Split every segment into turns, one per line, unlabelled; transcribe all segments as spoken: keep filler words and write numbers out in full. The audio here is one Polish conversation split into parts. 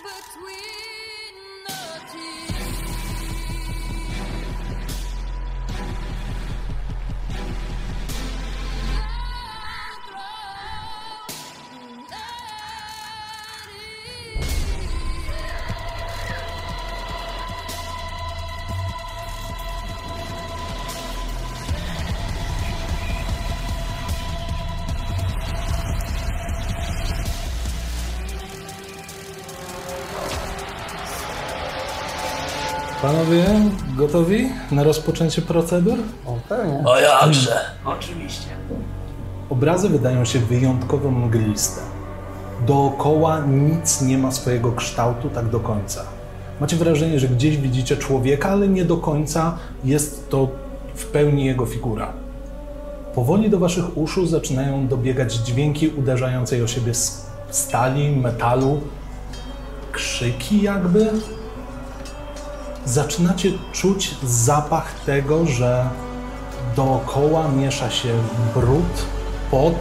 Panowie, gotowi na rozpoczęcie procedur?
O, pewnie.
O jakże!
Oczywiście.
Obrazy wydają się wyjątkowo mgliste. Dookoła nic nie ma swojego kształtu tak do końca. Macie wrażenie, że gdzieś widzicie człowieka, ale nie do końca jest to w pełni jego figura. Powoli do waszych uszu zaczynają dobiegać dźwięki uderzającej o siebie stali, metalu, krzyki jakby. Zaczynacie czuć zapach tego, że dookoła miesza się brud, pot.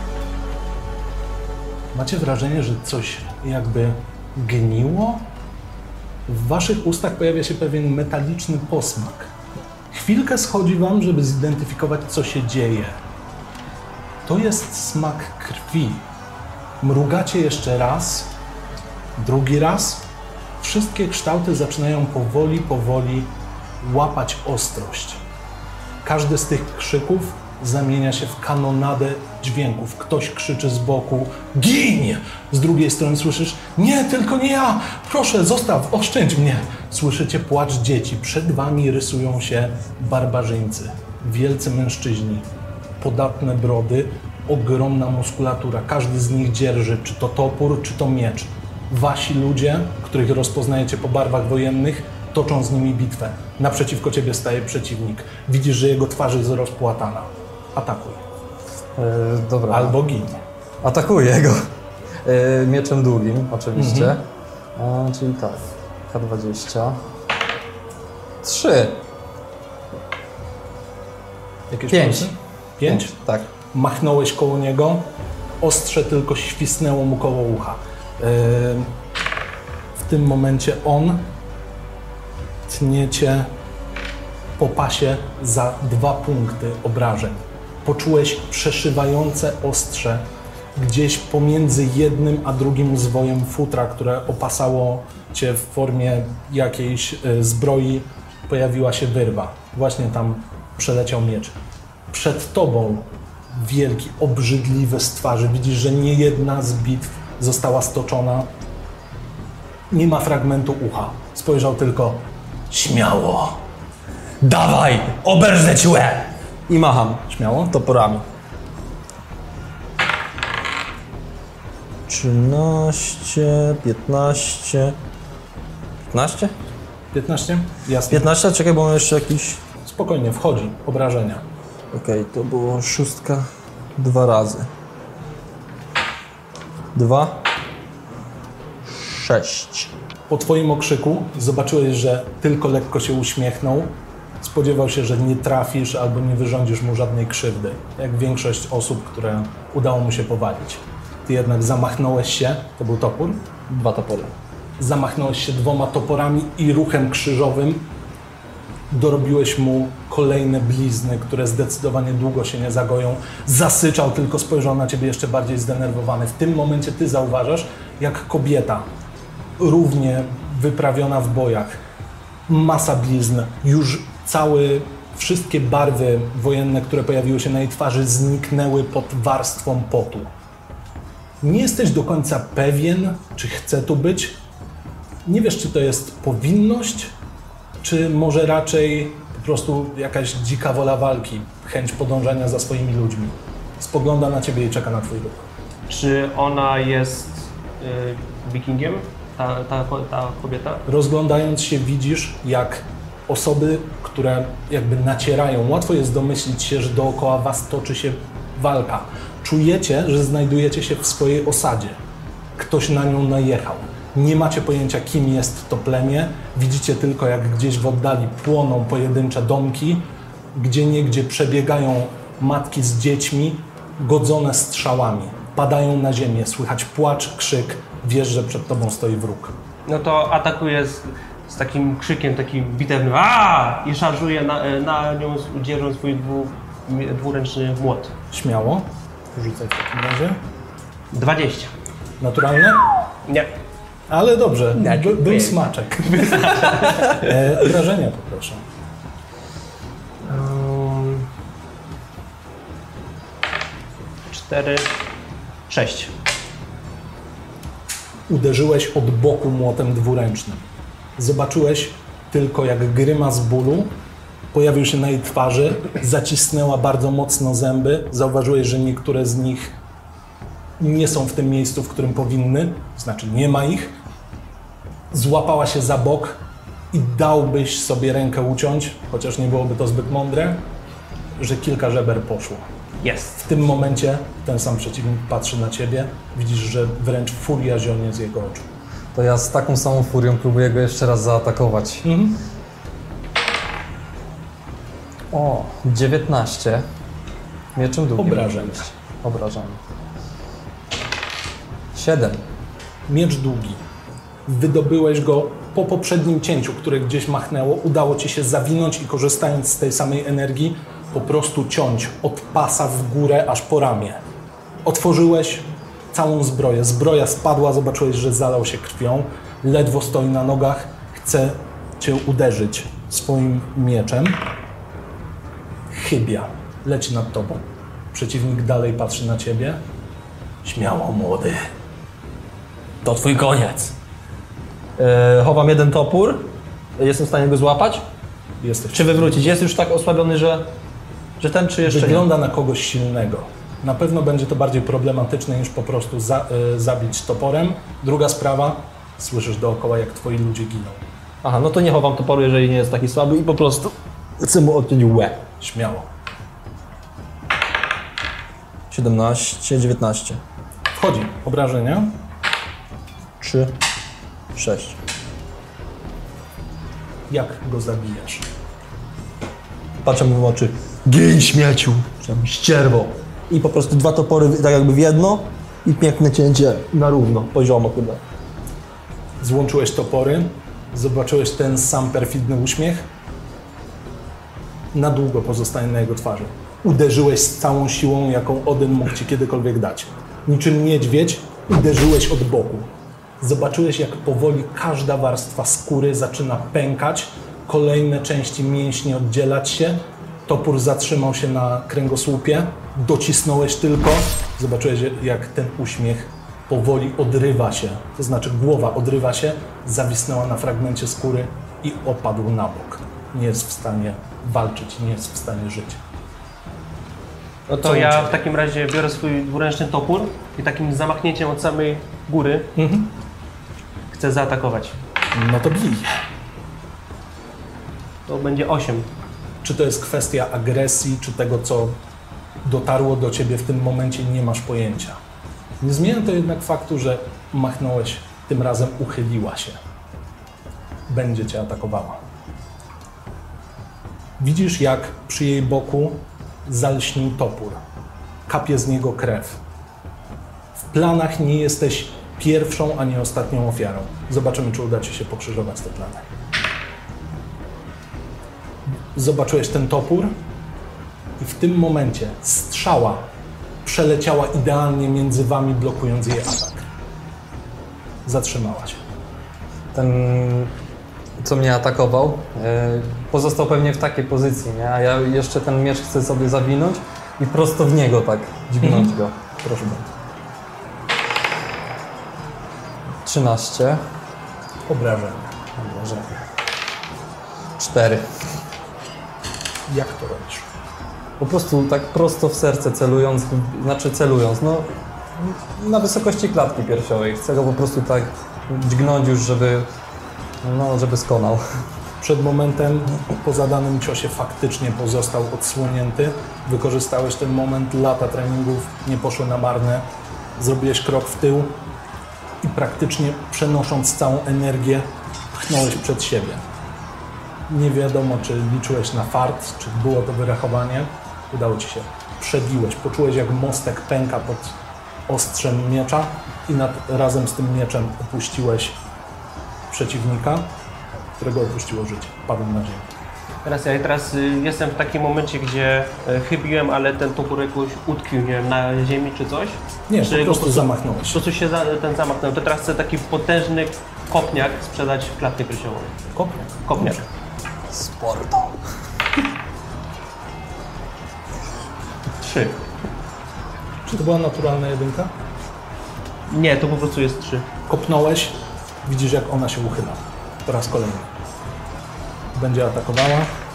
Macie wrażenie, że coś jakby gniło? W waszych ustach pojawia się pewien metaliczny posmak. Chwilkę schodzi wam, żeby zidentyfikować, co się dzieje. To jest smak krwi. Mrugacie jeszcze raz, drugi raz. Wszystkie kształty zaczynają powoli, powoli łapać ostrość. Każdy z tych krzyków zamienia się w kanonadę dźwięków. Ktoś krzyczy z boku: gin! Z drugiej strony słyszysz: nie, tylko nie ja! Proszę, zostaw, oszczędź mnie! Słyszycie płacz dzieci. Przed wami rysują się barbarzyńcy. Wielcy mężczyźni. Podatne brody, ogromna muskulatura. Każdy z nich dzierży czy to topór, czy to miecz. Wasi ludzie, których rozpoznajecie po barwach wojennych, toczą z nimi bitwę. Naprzeciwko ciebie staje przeciwnik. Widzisz, że jego twarz jest rozpłatana. Atakuj.
Yy, dobra.
Albo gin.
Atakuję go. Yy, mieczem długim, oczywiście. Mhm. A, czyli tak. K dwadzieścia. Trzy.
Jakieś
Pięć.
plusy? Pięć?
Pięć? Tak.
Machnąłeś koło niego, ostrze tylko świsnęło mu koło ucha. W tym momencie on tnie cię po pasie za dwa punkty obrażeń. Poczułeś przeszywające ostrze gdzieś pomiędzy jednym a drugim zwojem futra, które opasało cię w formie jakiejś zbroi. Pojawiła się wyrwa. Właśnie tam przeleciał miecz. Przed tobą wielki, obrzydliwy z twarzy. Widzisz, że nie jedna z bitw została stoczona. Nie ma fragmentu ucha. Spojrzał tylko: śmiało.
Dawaj, oberżę ci łeb!
I macham
Śmiało?
toporami. trzynaście, piętnaście... piętnaście?
piętnaście? Jasne.
piętnaście? Czekaj, bo mam jeszcze jakiś...
Spokojnie, wchodzi. Obrażenia.
Okej, okay, to było szóstka dwa razy. Dwa. Sześć.
Po twoim okrzyku zobaczyłeś, że tylko lekko się uśmiechnął. Spodziewał się, że nie trafisz albo nie wyrządzisz mu żadnej krzywdy, jak większość osób, które udało mu się powalić. Ty jednak zamachnąłeś się, to był topór?
Dwa topory.
Zamachnąłeś się dwoma toporami i ruchem krzyżowym dorobiłeś mu kolejne blizny, które zdecydowanie długo się nie zagoją. Zasyczał, tylko spojrzał na ciebie jeszcze bardziej zdenerwowany. W tym momencie ty zauważasz, jak kobieta, równie wyprawiona w bojach, masa blizn, już cały, wszystkie barwy wojenne, które pojawiły się na jej twarzy, zniknęły pod warstwą potu. Nie jesteś do końca pewien, czy chce tu być. Nie wiesz, czy to jest powinność, czy może raczej po prostu jakaś dzika wola walki, chęć podążania za swoimi ludźmi. Spogląda na ciebie i czeka na twój ruch.
Czy ona jest y, wikingiem, ta, ta, ta kobieta?
Rozglądając się widzisz, jak osoby, które jakby nacierają, łatwo jest domyślić się, że dookoła was toczy się walka. Czujecie, że znajdujecie się w swojej osadzie. Ktoś na nią najechał. Nie macie pojęcia, kim jest to plemię. Widzicie tylko, jak gdzieś w oddali płoną pojedyncze domki, gdzieniegdzie przebiegają matki z dziećmi, godzone strzałami. Padają na ziemię, słychać płacz, krzyk. Wiesz, że przed tobą stoi wróg.
No to atakuje z, z takim krzykiem, takim bitewnym aaa! I szarżuje na, na nią, dzierżąc swój dwu, dwuręczny młot.
Śmiało. Rzucaj w takim razie.
dwadzieścia.
Naturalne?
Nie.
Ale dobrze,
Nie,
by, był
dziękuję.
smaczek. e, Wrażenia poproszę.
Um, cztery, sześć.
Uderzyłeś od boku młotem dwuręcznym. Zobaczyłeś tylko, jak grymas bólu pojawił się na jej twarzy, zacisnęła bardzo mocno zęby. Zauważyłeś, że niektóre z nich nie są w tym miejscu, w którym powinny, znaczy nie ma ich. Złapała się za bok i dałbyś sobie rękę uciąć, chociaż nie byłoby to zbyt mądre, że kilka żeber poszło.
Jest.
W tym momencie ten sam przeciwnik patrzy na ciebie, widzisz, że wręcz furia zionie z jego oczu.
To ja z taką samą furią próbuję go jeszcze raz zaatakować.
Mhm.
O, dziewiętnaście. Mieczem długim.
Obrażenia.
oczywiście. Obrażenia. siedem.
Miecz długi. Wydobyłeś go po poprzednim cięciu, które gdzieś machnęło. Udało ci się zawinąć i korzystając z tej samej energii po prostu ciąć od pasa w górę aż po ramię. Otworzyłeś całą zbroję. Zbroja spadła, zobaczyłeś, że zalał się krwią. Ledwo stoi na nogach. Chce cię uderzyć swoim mieczem. Chybia. Leci nad tobą. Przeciwnik dalej patrzy na ciebie. Śmiało, młody.
To twój koniec.
E, chowam jeden topór. Jestem w stanie go złapać?
Jesteś.
Czy wywrócić? Jest już tak osłabiony, że, że ten, czy jeszcze
Wygląda na kogoś silnego. Na pewno będzie to bardziej problematyczne niż po prostu za, y, zabić toporem. Druga sprawa, słyszysz dookoła, jak twoi ludzie giną.
nie? Aha, no to nie chowam toporu, jeżeli nie jest taki słaby i po prostu chcę mu odciąć łeb.
Śmiało.
siedemnaście, dziewiętnaście.
Wchodzi. Obrażenia.
trzy, sześć.
Jak go zabijasz?
Patrzę mu w oczy. Gin śmieciu! Tam ścierwo. I po prostu dwa topory tak jakby w jedno i piękne cięcie na równo, poziomo chyba.
Złączyłeś topory. Zobaczyłeś ten sam perfidny uśmiech. Na długo pozostanie na jego twarzy. Uderzyłeś z całą siłą, jaką Odyn mógł ci kiedykolwiek dać. Niczym niedźwiedź uderzyłeś od boku. Zobaczyłeś, jak powoli każda warstwa skóry zaczyna pękać, kolejne części mięśni oddzielać się. Topór zatrzymał się na kręgosłupie, docisnąłeś tylko. Zobaczyłeś, jak ten uśmiech powoli odrywa się, to znaczy głowa odrywa się, zawisnęła na fragmencie skóry i opadł na bok. Nie jest w stanie walczyć, nie jest w stanie żyć.
No to
Co
ja
uciekł?
w takim razie biorę swój dwuręczny topór i takim zamachnięciem od samej góry
Mhm.
chcę zaatakować.
No to bij.
To będzie osiem.
Czy to jest kwestia agresji, czy tego, co dotarło do ciebie w tym momencie, nie masz pojęcia. Nie zmienia to jednak faktu, że machnąłeś, tym razem uchyliła się. Będzie cię atakowała. Widzisz, jak przy jej boku zalśnił topór. Kapie z niego krew. W planach nie jesteś pierwszą ani ostatnią ofiarą. Zobaczymy, czy uda ci się pokrzyżować te plany. Zobaczyłeś ten topór i w tym momencie strzała przeleciała idealnie między wami, blokując jej atak. Zatrzymała się.
Ten, co mnie atakował, e, pozostał pewnie w takiej pozycji, nie? A ja jeszcze ten miecz chcę sobie zawinąć i prosto w niego tak dźgnąć
Mhm.
go.
Proszę bardzo.
trzynaście.
Obrażenia.
Obrażenia. cztery.
Jak to robisz?
Po prostu tak prosto w serce celując, znaczy celując, no na wysokości klatki piersiowej. Chcę go po prostu tak dźgnąć już, żeby, no, żeby skonał.
Przed momentem po zadanym ciosie faktycznie pozostał odsłonięty. Wykorzystałeś ten moment, lata treningów nie poszły na marne. Zrobiłeś krok w tył i praktycznie przenosząc całą energię pchnąłeś przed siebie. Nie wiadomo, czy liczyłeś na fart, czy było to wyrachowanie. Udało ci się. Przebiłeś. Poczułeś, jak mostek pęka pod ostrzem miecza i nad, razem z tym mieczem opuściłeś przeciwnika, którego odpuściło życie. Padł na ziemię.
Teraz ja teraz y, jestem w takim momencie, gdzie y, chybiłem, ale ten topór jakoś utkwił, nie wiem, na ziemi czy coś.
Nie,
czy
po prostu
po
zamachnąłeś.
Po prostu się za, ten zamachnął. To teraz chcę taki potężny kopniak sprzedać w klatkę piersiową.
Kopniak.
Kopniak.
Sporto.
Trzy.
Czy to była naturalna jedynka?
Nie, to po prostu jest trzy.
Kopnąłeś, widzisz jak ona się uchyla. Po raz kolejny. Będzie atakowała.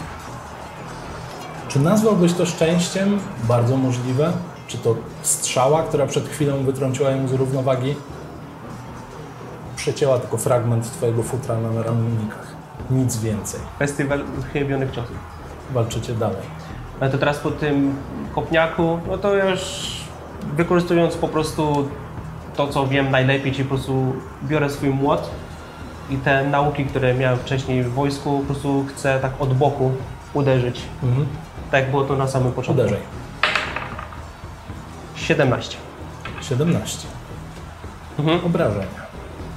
Czy nazwałbyś to szczęściem? Bardzo możliwe. Czy to strzała, która przed chwilą wytrąciła ją z równowagi? Przecięła tylko fragment twojego futra na ramiennikach. Nic więcej.
Festiwal chybionych ciosów.
Walczycie dalej.
Ale to teraz po tym kopniaku, no to już wykorzystując po prostu to, co wiem najlepiej, czyli po prostu biorę swój młot i te nauki, które miałem wcześniej w wojsku, po prostu chcę tak od boku uderzyć.
Mhm.
Tak jak było to na samym początku.
Uderzaj.
siedemnaście.
siedemnaście.
Mhm.
Obrażenia.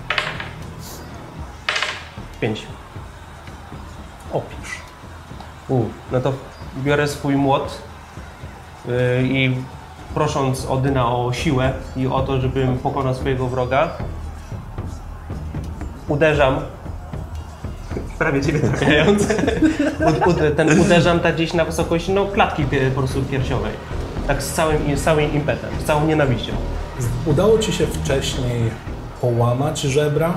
pięć.
Opisz.
U, no to biorę swój młot yy, i prosząc Odyna o siłę i o to, żebym pokonał swojego wroga, uderzam, prawie ciebie trafiając, ud, ud, ten uderzam tak gdzieś na wysokość no, klatki pie, po prostu piersiowej, tak z całym, z całym impetem, z całą nienawiścią.
Udało ci się wcześniej połamać żebra.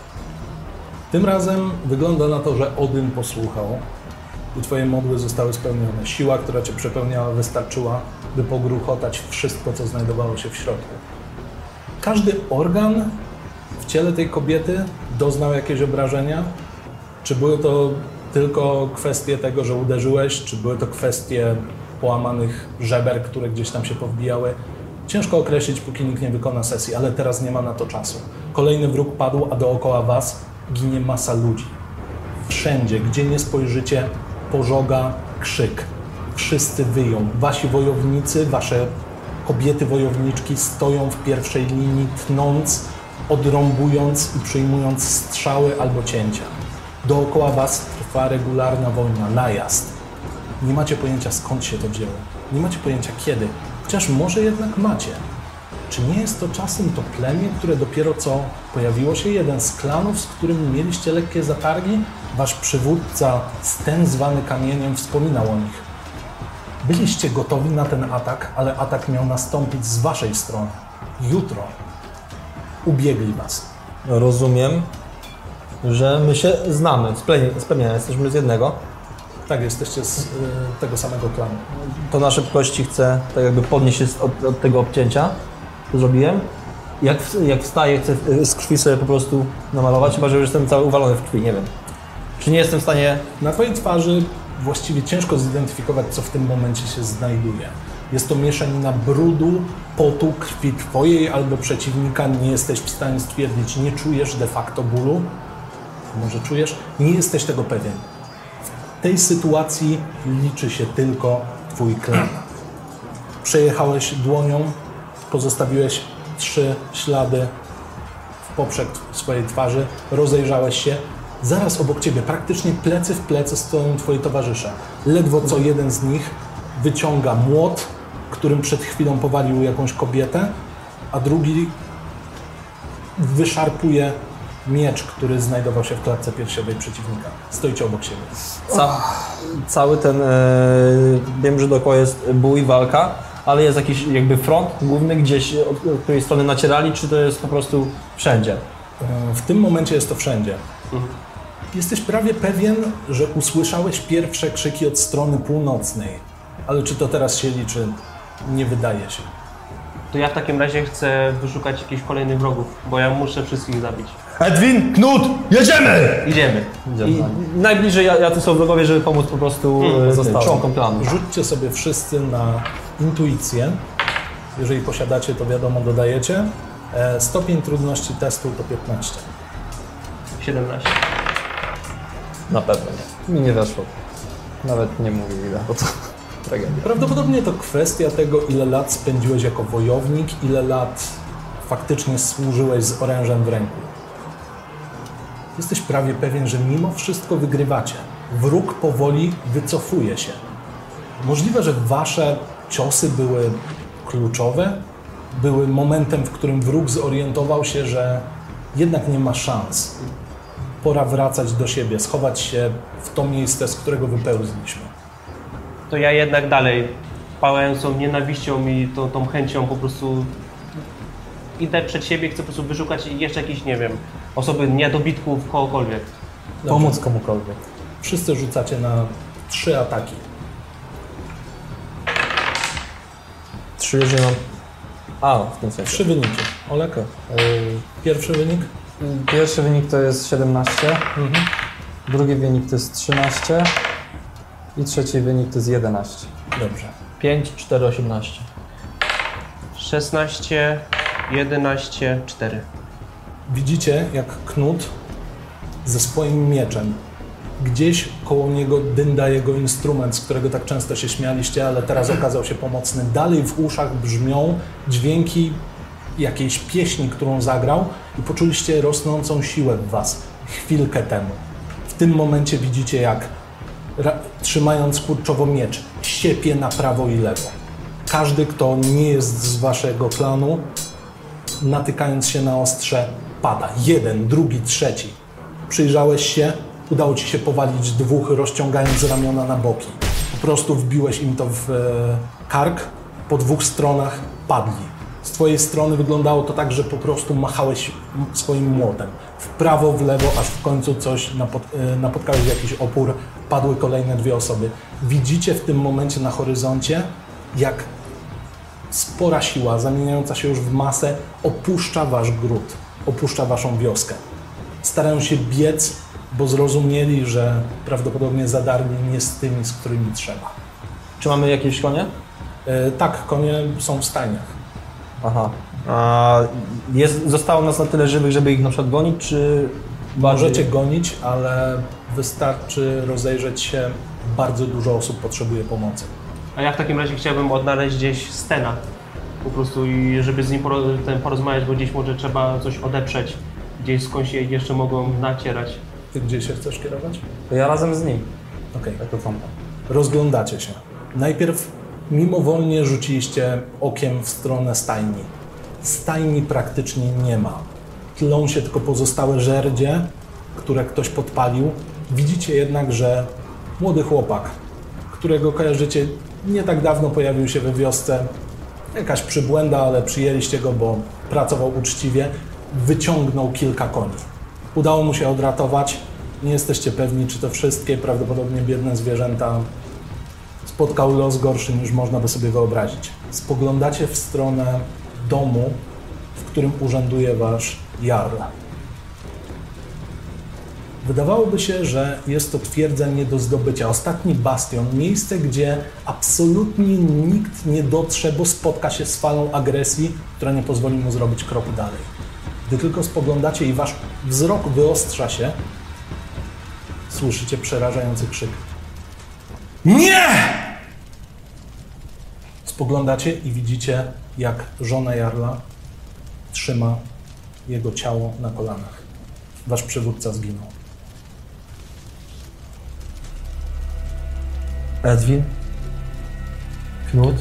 Tym razem wygląda na to, że Odyn posłuchał i twoje modły zostały spełnione. Siła, która cię przepełniała, wystarczyła, by pogruchotać wszystko, co znajdowało się w środku. Każdy organ w ciele tej kobiety doznał jakieś obrażenia? Czy były to tylko kwestie tego, że uderzyłeś, czy były to kwestie połamanych żeber, które gdzieś tam się powbijały? Ciężko określić, póki nikt nie wykona sesji, ale teraz nie ma na to czasu. Kolejny wróg padł, a dookoła was ginie masa ludzi. Wszędzie, gdzie nie spojrzycie, pożoga, krzyk. Wszyscy wyją. Wasi wojownicy, wasze kobiety wojowniczki stoją w pierwszej linii, tnąc, odrąbując i przyjmując strzały albo cięcia. Dookoła was trwa regularna wojna, najazd. Nie macie pojęcia, skąd się to wzięło. Nie macie pojęcia, kiedy. Chociaż może jednak macie. Czy nie jest to czasem to plemię, które dopiero co pojawiło się, jeden z klanów, z którym mieliście lekkie zatargi? Wasz przywódca, Sten zwany Kamieniem, wspominał o nich. Byliście gotowi na ten atak, ale atak miał nastąpić z waszej strony. Jutro. Ubiegli was.
Rozumiem, że my się znamy z plemienia, z plemienia, jesteśmy z jednego.
Tak, jesteście z y, tego samego klanu.
To na szybkości chcę tak jakby podnieść się z- od, od tego obcięcia. To zrobiłem. Jak, w- jak wstaję, chcę y, z krwi sobie po prostu namalować, chyba że już jestem cały uwalony w krwi, nie wiem. Czy nie jestem w stanie...
Na twojej twarzy właściwie ciężko zidentyfikować, co w tym momencie się znajduje. Jest to mieszanina brudu, potu, krwi twojej albo przeciwnika. Nie jesteś w stanie stwierdzić, nie czujesz de facto bólu. Może czujesz? Nie jesteś tego pewien. W tej sytuacji liczy się tylko twój klan. Przejechałeś dłonią, pozostawiłeś trzy ślady w poprzek swojej twarzy, rozejrzałeś się. Zaraz obok ciebie, praktycznie plecy w plecy stoją twoi towarzysze. Ledwo co jeden z nich wyciąga młot, którym przed chwilą powalił jakąś kobietę, a drugi wyszarpuje miecz, który znajdował się w klatce piersiowej przeciwnika. Stoicie obok siebie.
Ca- cały ten... E, wiem, że dookoła jest bój, walka, ale jest jakiś jakby front główny gdzieś, od, od której strony nacierali, czy to jest po prostu wszędzie?
E, W tym momencie jest to wszędzie. Jesteś prawie pewien, że usłyszałeś pierwsze krzyki od strony północnej. Ale czy to teraz się liczy? Nie wydaje się.
To ja w takim razie chcę wyszukać jakichś kolejnych wrogów, bo ja muszę wszystkich zabić.
Edwin, Knut, jedziemy!
Idziemy.
I najbliżej jacy są wrogowie, żeby pomóc po prostu
Hmm,
e,
zostałem.
członkom planu.
Rzućcie sobie wszyscy na intuicję. Jeżeli posiadacie, to wiadomo, dodajecie. E, Stopień trudności testu to piętnaście.
siedemnaście.
Na pewno nie.
Mi nie weszło. Nawet nie mówię ile, bo to tragedia.
Prawdopodobnie to kwestia tego, ile lat spędziłeś jako wojownik, ile lat faktycznie służyłeś z orężem w ręku. Jesteś prawie pewien, że mimo wszystko wygrywacie. Wróg powoli wycofuje się. Możliwe, że wasze ciosy były kluczowe, były momentem, w którym wróg zorientował się, że jednak nie ma szans. Pora wracać do siebie, schować się w to miejsce, z którego wypełzliśmy.
To ja jednak dalej, pałającą nienawiścią i tą, tą chęcią po prostu idę przed siebie, chcę po prostu wyszukać jeszcze jakichś, nie wiem, osoby niedobitków, kogokolwiek.
Pomóc komukolwiek.
Wszyscy rzucacie na trzy ataki.
Trzy, jeżeli mam... A, w tym sensie.
Trzy wyniki. Olek,
Yy,
pierwszy wynik?
Pierwszy wynik to jest siedemnaście,
Mhm.
drugi wynik to jest trzynaście i trzeci wynik to jest jedenaście.
Dobrze.
pięć, cztery, osiemnaście.
szesnaście, jedenaście, cztery.
Widzicie, jak Knut ze swoim mieczem, gdzieś koło niego dynda jego instrument, z którego tak często się śmialiście, ale teraz okazał się pomocny. Dalej w uszach brzmią dźwięki jakiejś pieśni, którą zagrał i poczuliście rosnącą siłę w was chwilkę temu. W tym momencie widzicie, jak trzymając kurczowo miecz, siepie na prawo i lewo. Każdy, kto nie jest z waszego klanu, natykając się na ostrze, pada. Jeden, drugi, trzeci. Przyjrzałeś się, udało ci się powalić dwóch, rozciągając ramiona na boki. Po prostu wbiłeś im to w kark, po dwóch stronach padli. Z twojej strony wyglądało to tak, że po prostu machałeś swoim młotem. W prawo, w lewo, aż w końcu coś napot napotkałeś jakiś opór, padły kolejne dwie osoby. Widzicie w tym momencie na horyzoncie, jak spora siła, zamieniająca się już w masę, opuszcza wasz gród, opuszcza waszą wioskę. Starają się biec, bo zrozumieli, że prawdopodobnie zadarli nie z tymi, z którymi trzeba.
Czy mamy jakieś konie?
E, tak, konie są w stajniach.
Aha. A jest, zostało nas na tyle żywych, żeby ich na przykład gonić, czy... bardziej-
Możecie gonić, ale wystarczy rozejrzeć się, bardzo dużo osób potrzebuje pomocy.
A ja w takim razie chciałbym odnaleźć gdzieś Stena. Po prostu i żeby z nim poro ten porozmawiać, bo gdzieś może trzeba coś odeprzeć. Gdzieś skądś się jeszcze mogą nacierać.
Ty gdzie się chcesz kierować?
To ja razem z nim,
Okej.
jako kompa.
Rozglądacie się. Najpierw mimowolnie rzuciliście okiem w stronę stajni. Stajni praktycznie nie ma. Tlą się tylko pozostałe żerdzie, które ktoś podpalił. Widzicie jednak, że młody chłopak, którego kojarzycie, nie tak dawno pojawił się we wiosce. Jakaś przybłęda, ale przyjęliście go, bo pracował uczciwie. Wyciągnął kilka koni. Udało mu się odratować. Nie jesteście pewni, czy to wszystkie, prawdopodobnie biedne zwierzęta, spotkał los gorszy, niż można by sobie wyobrazić. Spoglądacie w stronę domu, w którym urzęduje wasz jarl. Wydawałoby się, że jest to twierdza nie do zdobycia. Ostatni bastion, miejsce, gdzie absolutnie nikt nie dotrze, bo spotka się z falą agresji, która nie pozwoli mu zrobić kroku dalej. Gdy tylko spoglądacie i wasz wzrok wyostrza się, słyszycie przerażający krzyk. Nie! Spoglądacie i widzicie, jak żona jarla trzyma jego ciało na kolanach. Wasz przywódca zginął.
Edwin? Knut?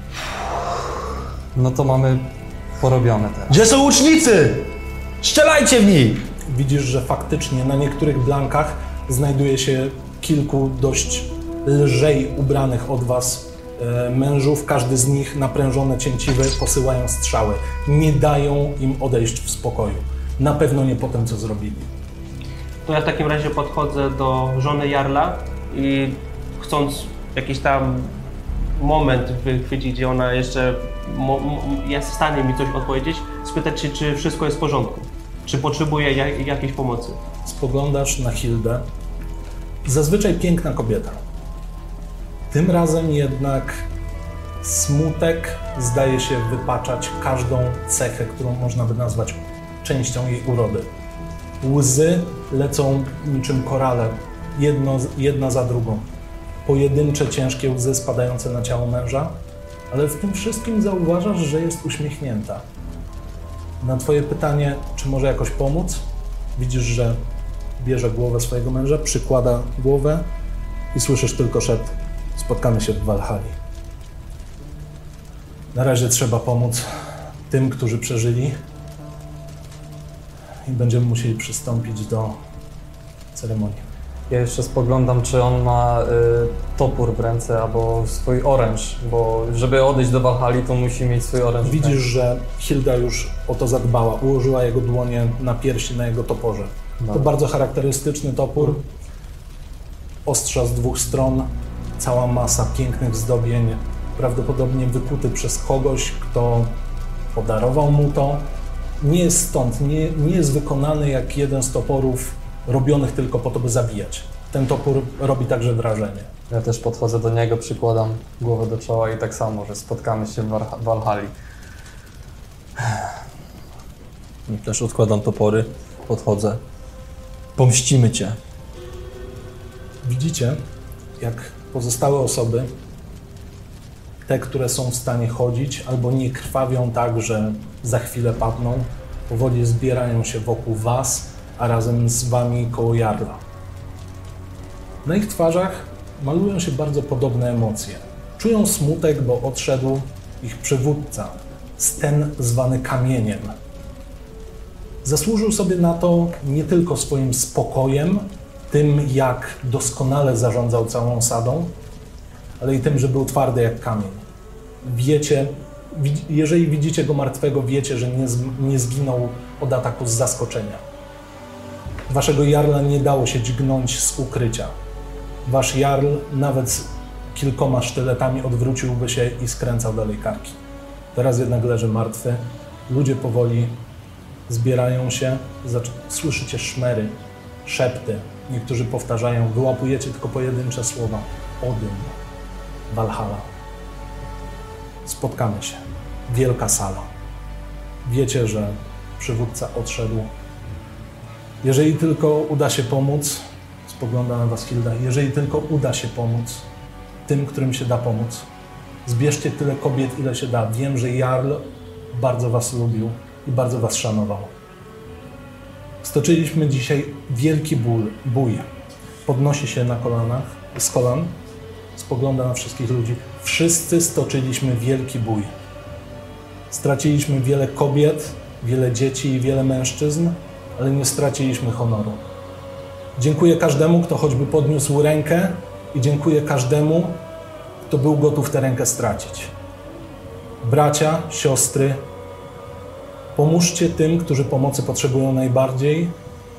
No to mamy porobione teraz.
Gdzie są łucznicy? Strzelajcie w nich!
Widzisz, że faktycznie na niektórych blankach znajduje się kilku dość lżej ubranych od was e, mężów. Każdy z nich naprężone cięciwy posyłają strzały. Nie dają im odejść w spokoju. Na pewno nie po tym, co zrobili.
To ja w takim razie podchodzę do żony Jarla i chcąc jakiś tam moment wychwycić, gdzie ona jeszcze mo, mo, jest w stanie mi coś odpowiedzieć, spytać się, czy wszystko jest w porządku, czy potrzebuje jak, jakiejś pomocy.
Spoglądasz na Hildę. Zazwyczaj piękna kobieta. Tym razem jednak smutek zdaje się wypaczać każdą cechę, którą można by nazwać częścią jej urody. Łzy lecą niczym korale, jedno, jedna za drugą. Pojedyncze, ciężkie łzy spadające na ciało męża, ale w tym wszystkim zauważasz, że jest uśmiechnięta. Na twoje pytanie, czy może jakoś pomóc, widzisz, że bierze głowę swojego męża, przykłada głowę i słyszysz tylko szept: spotkamy się w Walhali. Na razie trzeba pomóc tym, którzy przeżyli i będziemy musieli przystąpić do ceremonii.
Ja jeszcze spoglądam, czy on ma y, topór w ręce albo swój oręż, bo żeby odejść do Walhali, to musi mieć swój oręż.
Widzisz, że Hilda już o to zadbała, ułożyła jego dłonie na piersi, na jego toporze.
No.
To bardzo charakterystyczny topór, ostrza z dwóch stron, cała masa pięknych zdobień, prawdopodobnie wykuty przez kogoś, kto podarował mu to. Nie jest stąd, nie, nie jest wykonany jak jeden z toporów robionych tylko po to, by zabijać. Ten topór robi także wrażenie.
Ja też podchodzę do niego, przykładam głowę do czoła i tak samo, że spotkamy się w War- Walhali.
Też odkładam topory, podchodzę. Pomścimy cię.
Widzicie, jak pozostałe osoby, te, które są w stanie chodzić albo nie krwawią tak, że za chwilę padną, powoli zbierają się wokół was, a razem z wami koło Jarla. Na ich twarzach malują się bardzo podobne emocje. Czują smutek, bo odszedł ich przywódca, Sten zwany Kamieniem. Zasłużył sobie na to nie tylko swoim spokojem, tym jak doskonale zarządzał całą osadą, ale i tym, że był twardy jak kamień. Wiecie, jeżeli widzicie go martwego, wiecie, że nie, nie zginął od ataku z zaskoczenia. Waszego Jarla nie dało się dźgnąć z ukrycia. Wasz Jarl nawet z kilkoma sztyletami odwróciłby się i skręcał dalej karki. Teraz jednak leży martwy. Ludzie powoli zbierają się, słyszycie szmery, szepty. Niektórzy powtarzają, wyłapujecie tylko pojedyncze słowa. Odyn, Walhalla. Spotkamy się. Wielka sala. Wiecie, że przywódca odszedł. Jeżeli tylko uda się pomóc, spogląda na was Hilda, jeżeli tylko uda się pomóc tym, którym się da pomóc, zbierzcie tyle kobiet, ile się da. Wiem, że Jarl bardzo was lubił i bardzo was szanował. Stoczyliśmy dzisiaj wielki ból, bój. Podnosi się na kolanach, z kolan, spogląda na wszystkich ludzi. Wszyscy stoczyliśmy wielki bój. Straciliśmy wiele kobiet, wiele dzieci i wiele mężczyzn, ale nie straciliśmy honoru. Dziękuję każdemu, kto choćby podniósł rękę i dziękuję każdemu, kto był gotów tę rękę stracić. Bracia, siostry, pomóżcie tym, którzy pomocy potrzebują najbardziej,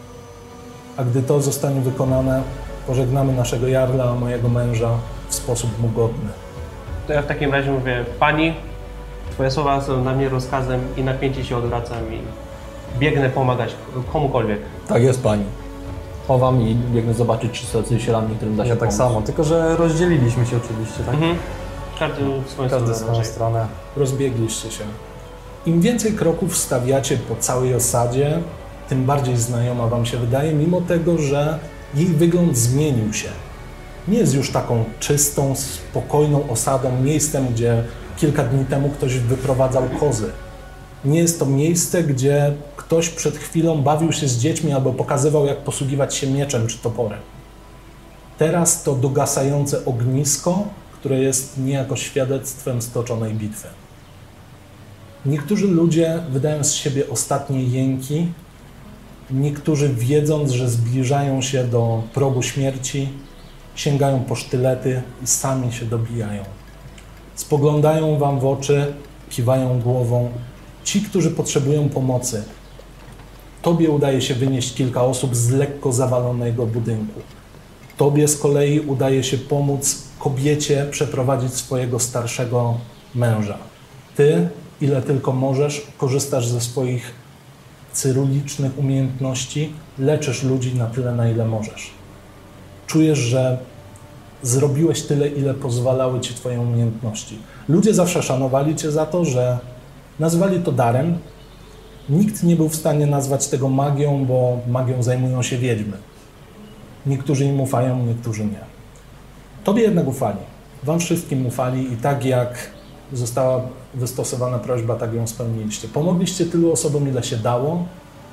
a gdy to zostanie wykonane, pożegnamy naszego Jarla, a mojego męża w sposób mu godny.
To ja w takim razie mówię, pani, twoje słowa są dla mnie rozkazem i napięcie się odwracam i biegnę pomagać komukolwiek.
Tak jest, pani. Chowam i biegnę zobaczyć, czy są jacyś ranni, którym da się
Ja tak
pomóc.
samo, tylko że rozdzieliliśmy się oczywiście, tak?
Mhm. Każdy w swoją
Każdy w
stronę
swoją
raczej.
stronę.
Rozbiegliście się. Im więcej kroków stawiacie po całej osadzie, tym bardziej znajoma wam się wydaje, mimo tego, że jej wygląd zmienił się. Nie jest już taką czystą, spokojną osadą, miejscem, gdzie kilka dni temu ktoś wyprowadzał kozy. Nie jest to miejsce, gdzie ktoś przed chwilą bawił się z dziećmi albo pokazywał, jak posługiwać się mieczem czy toporem. Teraz to dogasające ognisko, które jest niejako świadectwem stoczonej bitwy. Niektórzy ludzie wydają z siebie ostatnie jęki, niektórzy wiedząc, że zbliżają się do progu śmierci, sięgają po sztylety i sami się dobijają. Spoglądają wam w oczy, kiwają głową. Ci, którzy potrzebują pomocy. Tobie udaje się wynieść kilka osób z lekko zawalonego budynku. Tobie z kolei udaje się pomóc kobiecie przeprowadzić swojego starszego męża. Ty, ile tylko możesz, korzystasz ze swoich cyrulicznych umiejętności, leczysz ludzi na tyle, na ile możesz. Czujesz, że zrobiłeś tyle, ile pozwalały ci twoje umiejętności. Ludzie zawsze szanowali cię za to, że nazwali to darem. Nikt nie był w stanie nazwać tego magią, bo magią zajmują się wiedźmy. Niektórzy im ufają, niektórzy nie. Tobie jednak ufali. Wam wszystkim ufali i tak jak została wystosowana prośba, tak ją spełniliście. Pomogliście tylu osobom, ile się dało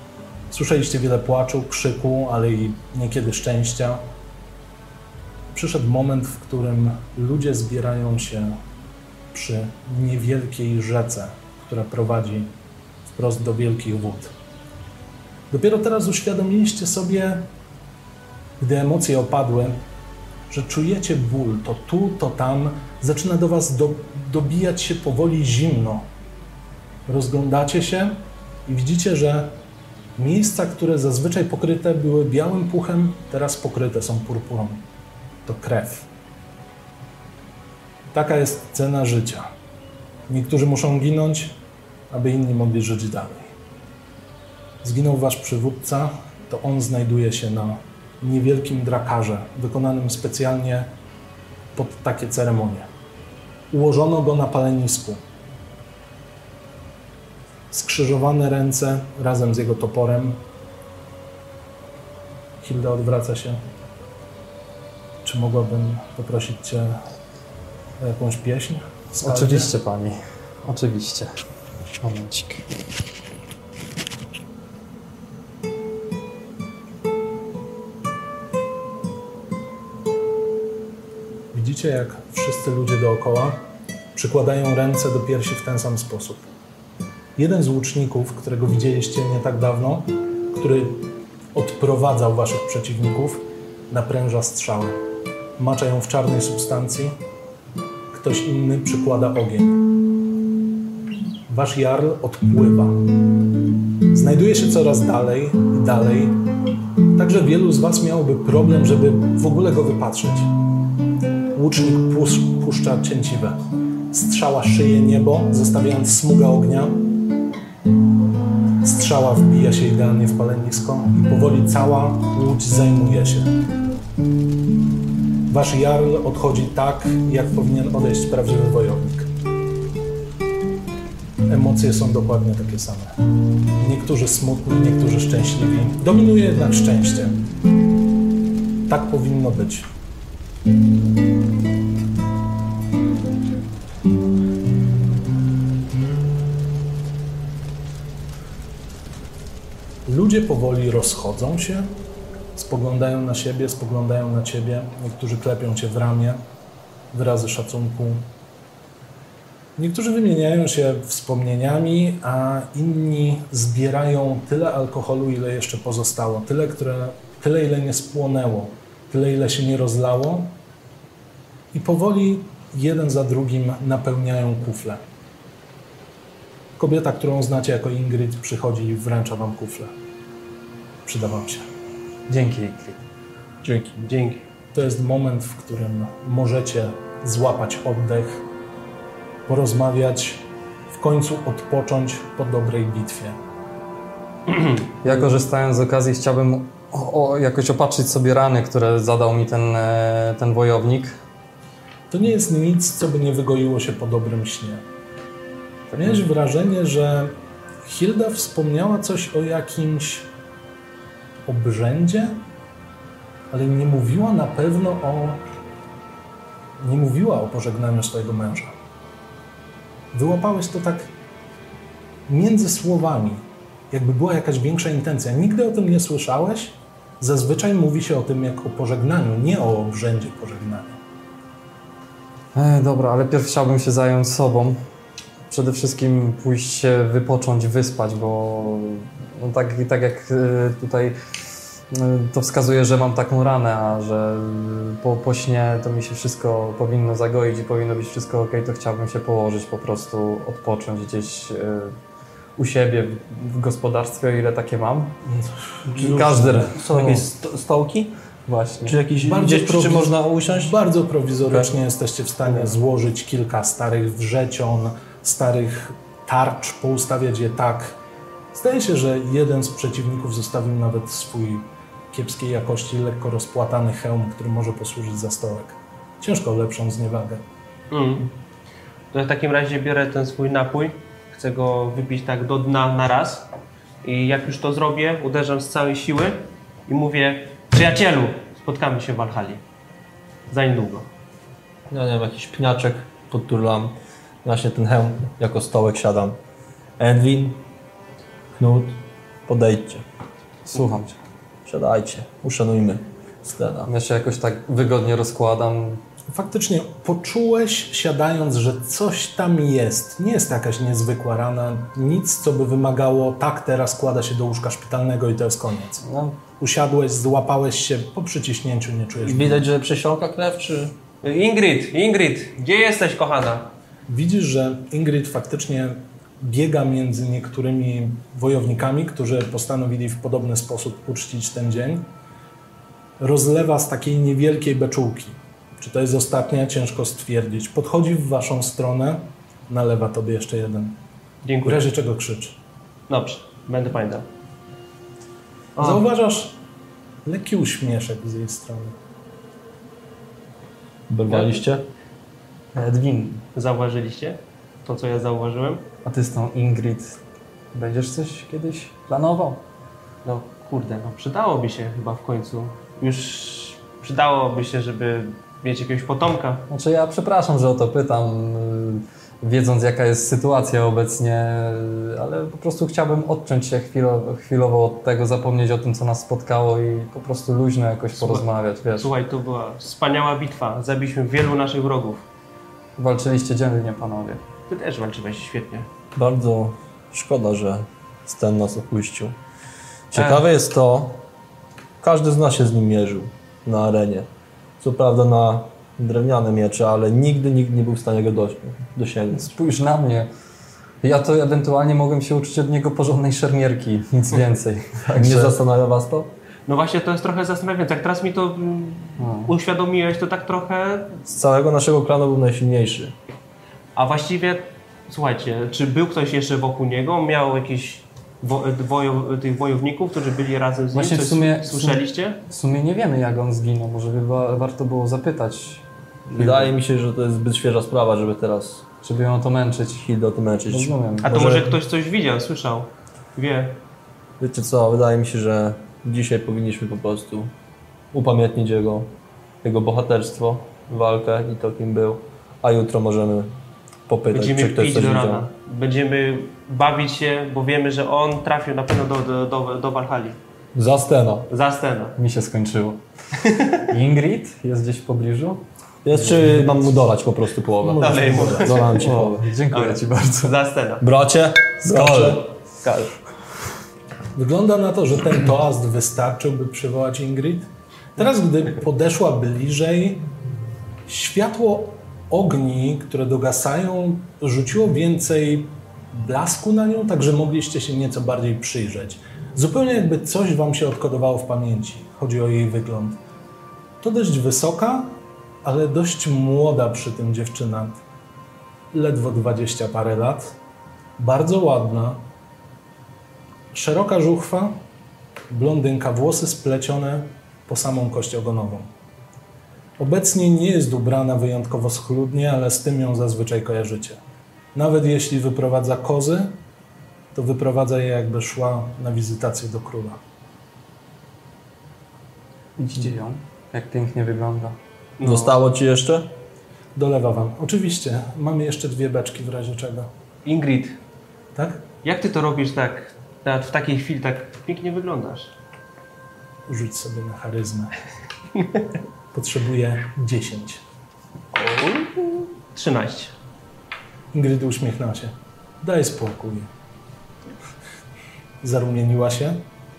Słyszeliście wiele płaczu, krzyku, ale i niekiedy szczęścia. Przyszedł moment, w którym ludzie zbierają się przy niewielkiej rzece, która prowadzi wprost do wielkich wód. Dopiero teraz uświadomiliście sobie, gdy emocje opadły, że czujecie ból, to tu, to tam, zaczyna do was do, dobijać się powoli zimno. Rozglądacie się i widzicie, że miejsca, które zazwyczaj pokryte były białym puchem, teraz pokryte są purpurą. To krew. Taka jest cena życia. Niektórzy muszą ginąć, aby inni mogli żyć dalej. Zginął wasz przywódca, to on znajduje się na niewielkim drakarze, wykonanym specjalnie pod takie ceremonie. Ułożono go na palenisku. Skrzyżowane ręce razem z jego toporem. Hilda odwraca się. Czy mogłabym poprosić cię o jakąś pieśń? Skaldzie?
Oczywiście, pani. Oczywiście. Momencik.
Widzicie, jak wszyscy ludzie dookoła przykładają ręce do piersi w ten sam sposób. Jeden z łuczników, którego widzieliście nie tak dawno, który odprowadzał waszych przeciwników, napręża strzałę. Macza ją w czarnej substancji. Ktoś inny przykłada ogień. Wasz jarl odpływa. Znajduje się coraz dalej i dalej. Także wielu z was miałoby problem, żeby w ogóle go wypatrzeć. Łucznik pusz- puszcza cięciwe. Strzała szyje niebo, zostawiając smugę ognia. Strzała wbija się idealnie w palenisko i powoli cała łódź zajmuje się. Wasz jarl odchodzi tak, jak powinien odejść prawdziwy wojownik. Emocje są dokładnie takie same. Niektórzy smutni, niektórzy szczęśliwi. Dominuje jednak szczęście. Tak powinno być. Ludzie powoli rozchodzą się, spoglądają na siebie, spoglądają na ciebie. Niektórzy klepią cię w ramię, wyrazy szacunku. Niektórzy wymieniają się wspomnieniami, a inni zbierają tyle alkoholu, ile jeszcze pozostało. Tyle, które, tyle, ile nie spłonęło, tyle, ile się nie rozlało. I powoli jeden za drugim napełniają kufle. Kobieta, którą znacie jako Ingrid, przychodzi i wręcza wam kufle. Przyda wam się.
Dzięki, Ingrid.
Dzięki. Dzięki.
To jest moment, w którym możecie złapać oddech, porozmawiać, w końcu odpocząć po dobrej bitwie.
Ja, korzystając z okazji, chciałbym o, o, jakoś opatrzyć sobie rany, które zadał mi ten, e, ten wojownik.
To nie jest nic, co by nie wygoiło się po dobrym śnie. Miałeś wrażenie, że Hilda wspomniała coś o jakimś obrzędzie, ale nie mówiła na pewno o... nie mówiła o pożegnaniu swojego męża. Wyłapałeś to tak między słowami, jakby była jakaś większa intencja. Nigdy o tym nie słyszałeś? Zazwyczaj mówi się o tym jak o pożegnaniu, nie o obrzędzie pożegnania.
E, dobra, ale pierw chciałbym się zająć sobą. Przede wszystkim pójść się wypocząć, wyspać, bo no tak, tak jak tutaj to wskazuje, że mam taką ranę, a że po, po śnie to mi się wszystko powinno zagoić i powinno być wszystko ok, to chciałbym się położyć, po prostu odpocząć gdzieś u siebie w gospodarstwie, o ile takie mam. Każdy.
Są jakieś sto- stołki?
Właśnie.
Czy jakieś
Bardzo
gdzieś, przy czym
prowiz-
można usiąść?
Bardzo prowizorycznie jesteście w stanie złożyć kilka starych wrzecion, starych tarcz, poustawiać je tak. Zdaje się, że jeden z przeciwników zostawił nawet swój kiepskiej jakości, lekko rozpłatany hełm, który może posłużyć za stołek. Ciężko o lepszą zniewagę.
Mm. To w takim razie biorę ten swój napój, chcę go wypić tak do dna na raz i jak już to zrobię, uderzam z całej siły i mówię: przyjacielu, spotkamy się w Walhalli. Za niedługo.
Ja nie wiem, jakiś pniaczek podturlam. Właśnie ten hełm, jako stołek siadam. Edwin, Knut, podejdźcie.
Słucham cię.
Siadajcie, uszanujmy Stena.
Ja się jakoś tak wygodnie rozkładam.
Faktycznie poczułeś, siadając, że coś tam jest. Nie jest to jakaś niezwykła rana, nic, co by wymagało, tak, teraz kłada się do łóżka szpitalnego i to jest koniec.
No,
Usiadłeś, złapałeś się, po przyciśnięciu nie czujesz.
Widać, że przesiąka krew, czy...
Ingrid, Ingrid, gdzie jesteś, kochana?
Widzisz, że Ingrid faktycznie biega między niektórymi wojownikami, którzy postanowili w podobny sposób uczcić ten dzień. Rozlewa z takiej niewielkiej beczułki. Czy to jest ostatnia? Ciężko stwierdzić. Podchodzi w waszą stronę, nalewa tobie jeszcze jeden. W
Dziękuję.
razie czego krzyczy.
Dobrze, będę pamiętał. O.
Zauważasz lekki uśmieszek z jej strony.
Berwaliście?
Edwin,
Zauważyliście to, co ja zauważyłem?
a ty z tą Ingrid będziesz coś kiedyś planował?
No kurde, no przydałoby się chyba w końcu. Już przydałoby się, żeby mieć jakiegoś potomka.
Znaczy ja przepraszam, że o to pytam, yy, wiedząc jaka jest sytuacja obecnie, yy, ale po prostu chciałbym odciąć się chwilo, chwilowo od tego, zapomnieć o tym, co nas spotkało i po prostu luźno jakoś
Słuchaj,
porozmawiać, wiesz.
Słuchaj, to była wspaniała bitwa. Zabiliśmy wielu naszych wrogów.
Walczyliście dzielnie, panowie.
Ty też walczyłeś świetnie.
Bardzo szkoda, że Sten nas opuścił. Ciekawe jest to, każdy z nas się z nim mierzył na arenie. Co prawda na drewniane miecze, ale nigdy nikt nie był w stanie go doś- dosięgnąć.
Spójrz na mnie. Ja to ewentualnie mogłem się uczyć od niego porządnej szermierki, nic więcej.
Nie zastanawia was to?
No właśnie, to jest trochę zastanawiające. Jak teraz mi to mm, uświadomiłeś, to tak trochę...
Z całego naszego klanu był najsilniejszy.
A właściwie, słuchajcie, czy był ktoś jeszcze wokół niego? Miał jakiś wo- wojo- tych wojowników, którzy byli razem z nim?
Właśnie w
Coś
sumie-
Słyszeliście?
W sumie nie wiemy, jak on zginął. Może by wa- warto było zapytać,
Wydaje mi się, że to jest zbyt świeża sprawa, żeby teraz
żeby ją o to męczyć.
Hildę o tym męczyć.
Rozumiem.
A to
Może-
może ktoś coś widział, słyszał, wie.
Wiecie co, wydaje mi się, że dzisiaj powinniśmy po prostu upamiętnić jego, jego bohaterstwo, walkę i to, kim był, a jutro możemy popytać, czy
Będziemy
ktoś
pić
coś
do
widział.
rana. Będziemy bawić się, bo wiemy, że on trafił na pewno do, do, do, do Walhali.
Za Stena.
Za scenę.
Mi się skończyło. Ingrid jest gdzieś w pobliżu?
Jest, czy mam mu dolać po prostu połowę?
Dalej mu.
Dolałem ci
O,
połowę.
dziękuję
Dobra.
ci bardzo.
Za scenę.
Bracie, skol.
Skal.
Wygląda na to, że ten toast wystarczył, by przywołać Ingrid. Teraz, gdy podeszła bliżej, światło ogni, które dogasają, rzuciło więcej blasku na nią, tak że mogliście się nieco bardziej przyjrzeć. Zupełnie jakby coś wam się odkodowało w pamięci. Chodzi o jej wygląd. To dość wysoka, ale dość młoda przy tym dziewczyna. Ledwo dwadzieścia parę lat. Bardzo ładna. Szeroka żuchwa, blondynka, włosy splecione po samą kość ogonową. Obecnie nie jest ubrana wyjątkowo schludnie, ale z tym ją zazwyczaj kojarzycie. Nawet jeśli wyprowadza kozy, to wyprowadza je, jakby szła na wizytację do króla.
Widzicie ją? Jak pięknie wygląda.
No.
Zostało ci jeszcze?
Dolewa wam. Oczywiście, mamy jeszcze dwie beczki w razie czego.
Ingrid,
Tak?
jak ty to robisz tak, tak w takiej chwili tak pięknie wyglądasz?
Rzuć sobie na charyzmę. Potrzebuję dziesięć.
trzynaście.
Ingrid uśmiechnęła się. Daj spokój. Zarumieniła się.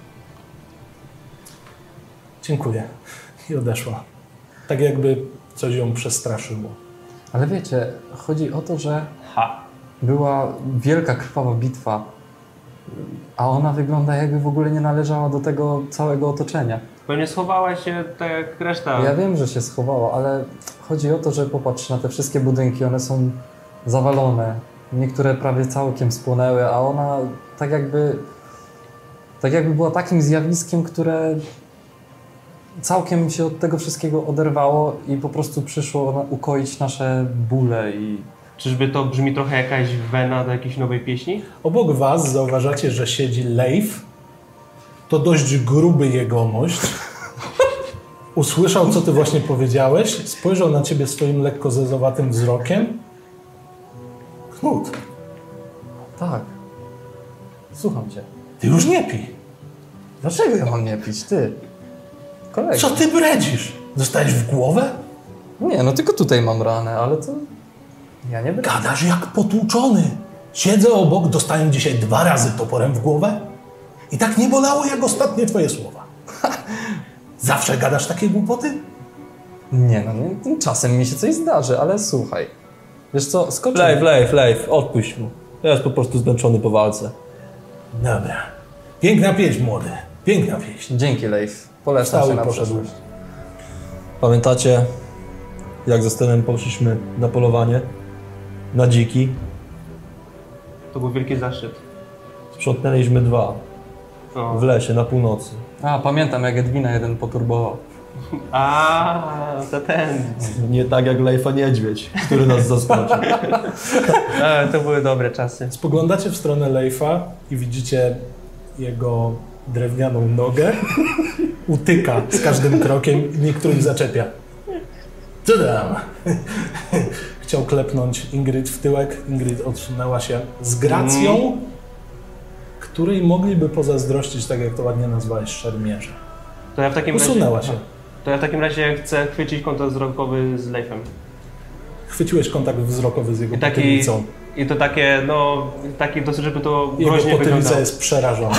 Dziękuję. I odeszła. Tak jakby coś ją przestraszyło.
Ale wiecie, chodzi o to, że
Ha.
była wielka, krwawa bitwa, a ona wygląda jakby w ogóle nie należała do tego całego otoczenia.
Pewnie schowała się tak jak reszta.
Ja wiem, że się schowała, ale chodzi o to, że popatrz na te wszystkie budynki, one są zawalone. Niektóre prawie całkiem spłonęły, a ona tak jakby, tak jakby była takim zjawiskiem, które całkiem się od tego wszystkiego oderwało i po prostu przyszło na- ukoić nasze bóle i
Czyżby to brzmi trochę jakaś wena do jakiejś nowej pieśni?
Obok was zauważacie, że siedzi Leif. To dość gruby jegomość. Usłyszał, co ty właśnie powiedziałeś. Spojrzał na ciebie swoim lekko zezowatym wzrokiem. Knut,
tak, słucham cię.
ty już nie pij.
Dlaczego ja mam nie pić, ty? Kolego.
Co ty bredzisz? Dostałeś w głowę?
Nie, no tylko tutaj mam ranę, ale to... Ja nie będę...
Gadasz jak potłuczony. Siedzę obok, dostałem dzisiaj dwa razy toporem w głowę i tak nie bolało jak ostatnie twoje słowa. Zawsze gadasz takie głupoty?
Nie, no nie, czasem mi się coś zdarzy, ale słuchaj. Wiesz co, skoczymy...
Leif, Leif, Leif, odpuść mu. Jest po prostu zmęczony po walce.
Dobra. Piękna pieśń, młody. Piękna pieśń.
Dzięki, Leif. Polecam
Wstał
się
i
na
poszedł.
przyszłość.
Pamiętacie, jak ze Stenem poszliśmy na polowanie? Na dziki?
To był wielki zaszczyt.
Sprzątnęliśmy dwa.
No.
W lesie, na północy.
A, pamiętam, jak Edwina jeden poturbował.
A, to ten.
Nie tak jak Leifa Niedźwiedź, który nas zaskoczył.
A, to były dobre czasy.
Spoglądacie w stronę Leifa i widzicie jego drewnianą nogę. Utyka z każdym krokiem i niektórych zaczepia. Co tam? Chciał klepnąć Ingrid w tyłek. Ingrid odsunęła się z gracją, której mogliby pozazdrościć, tak jak to ładnie nazwałeś, szermierze.
To ja w takim
Usunęła
razie,
się.
To ja w takim razie chcę chwycić kontakt wzrokowy z Leifem.
Chwyciłeś kontakt wzrokowy z jego
I taki,
potylicą.
I to takie, no, taki dosyć, żeby to
Jego
groźnie
potylica
wyglądało.
jest przerażona.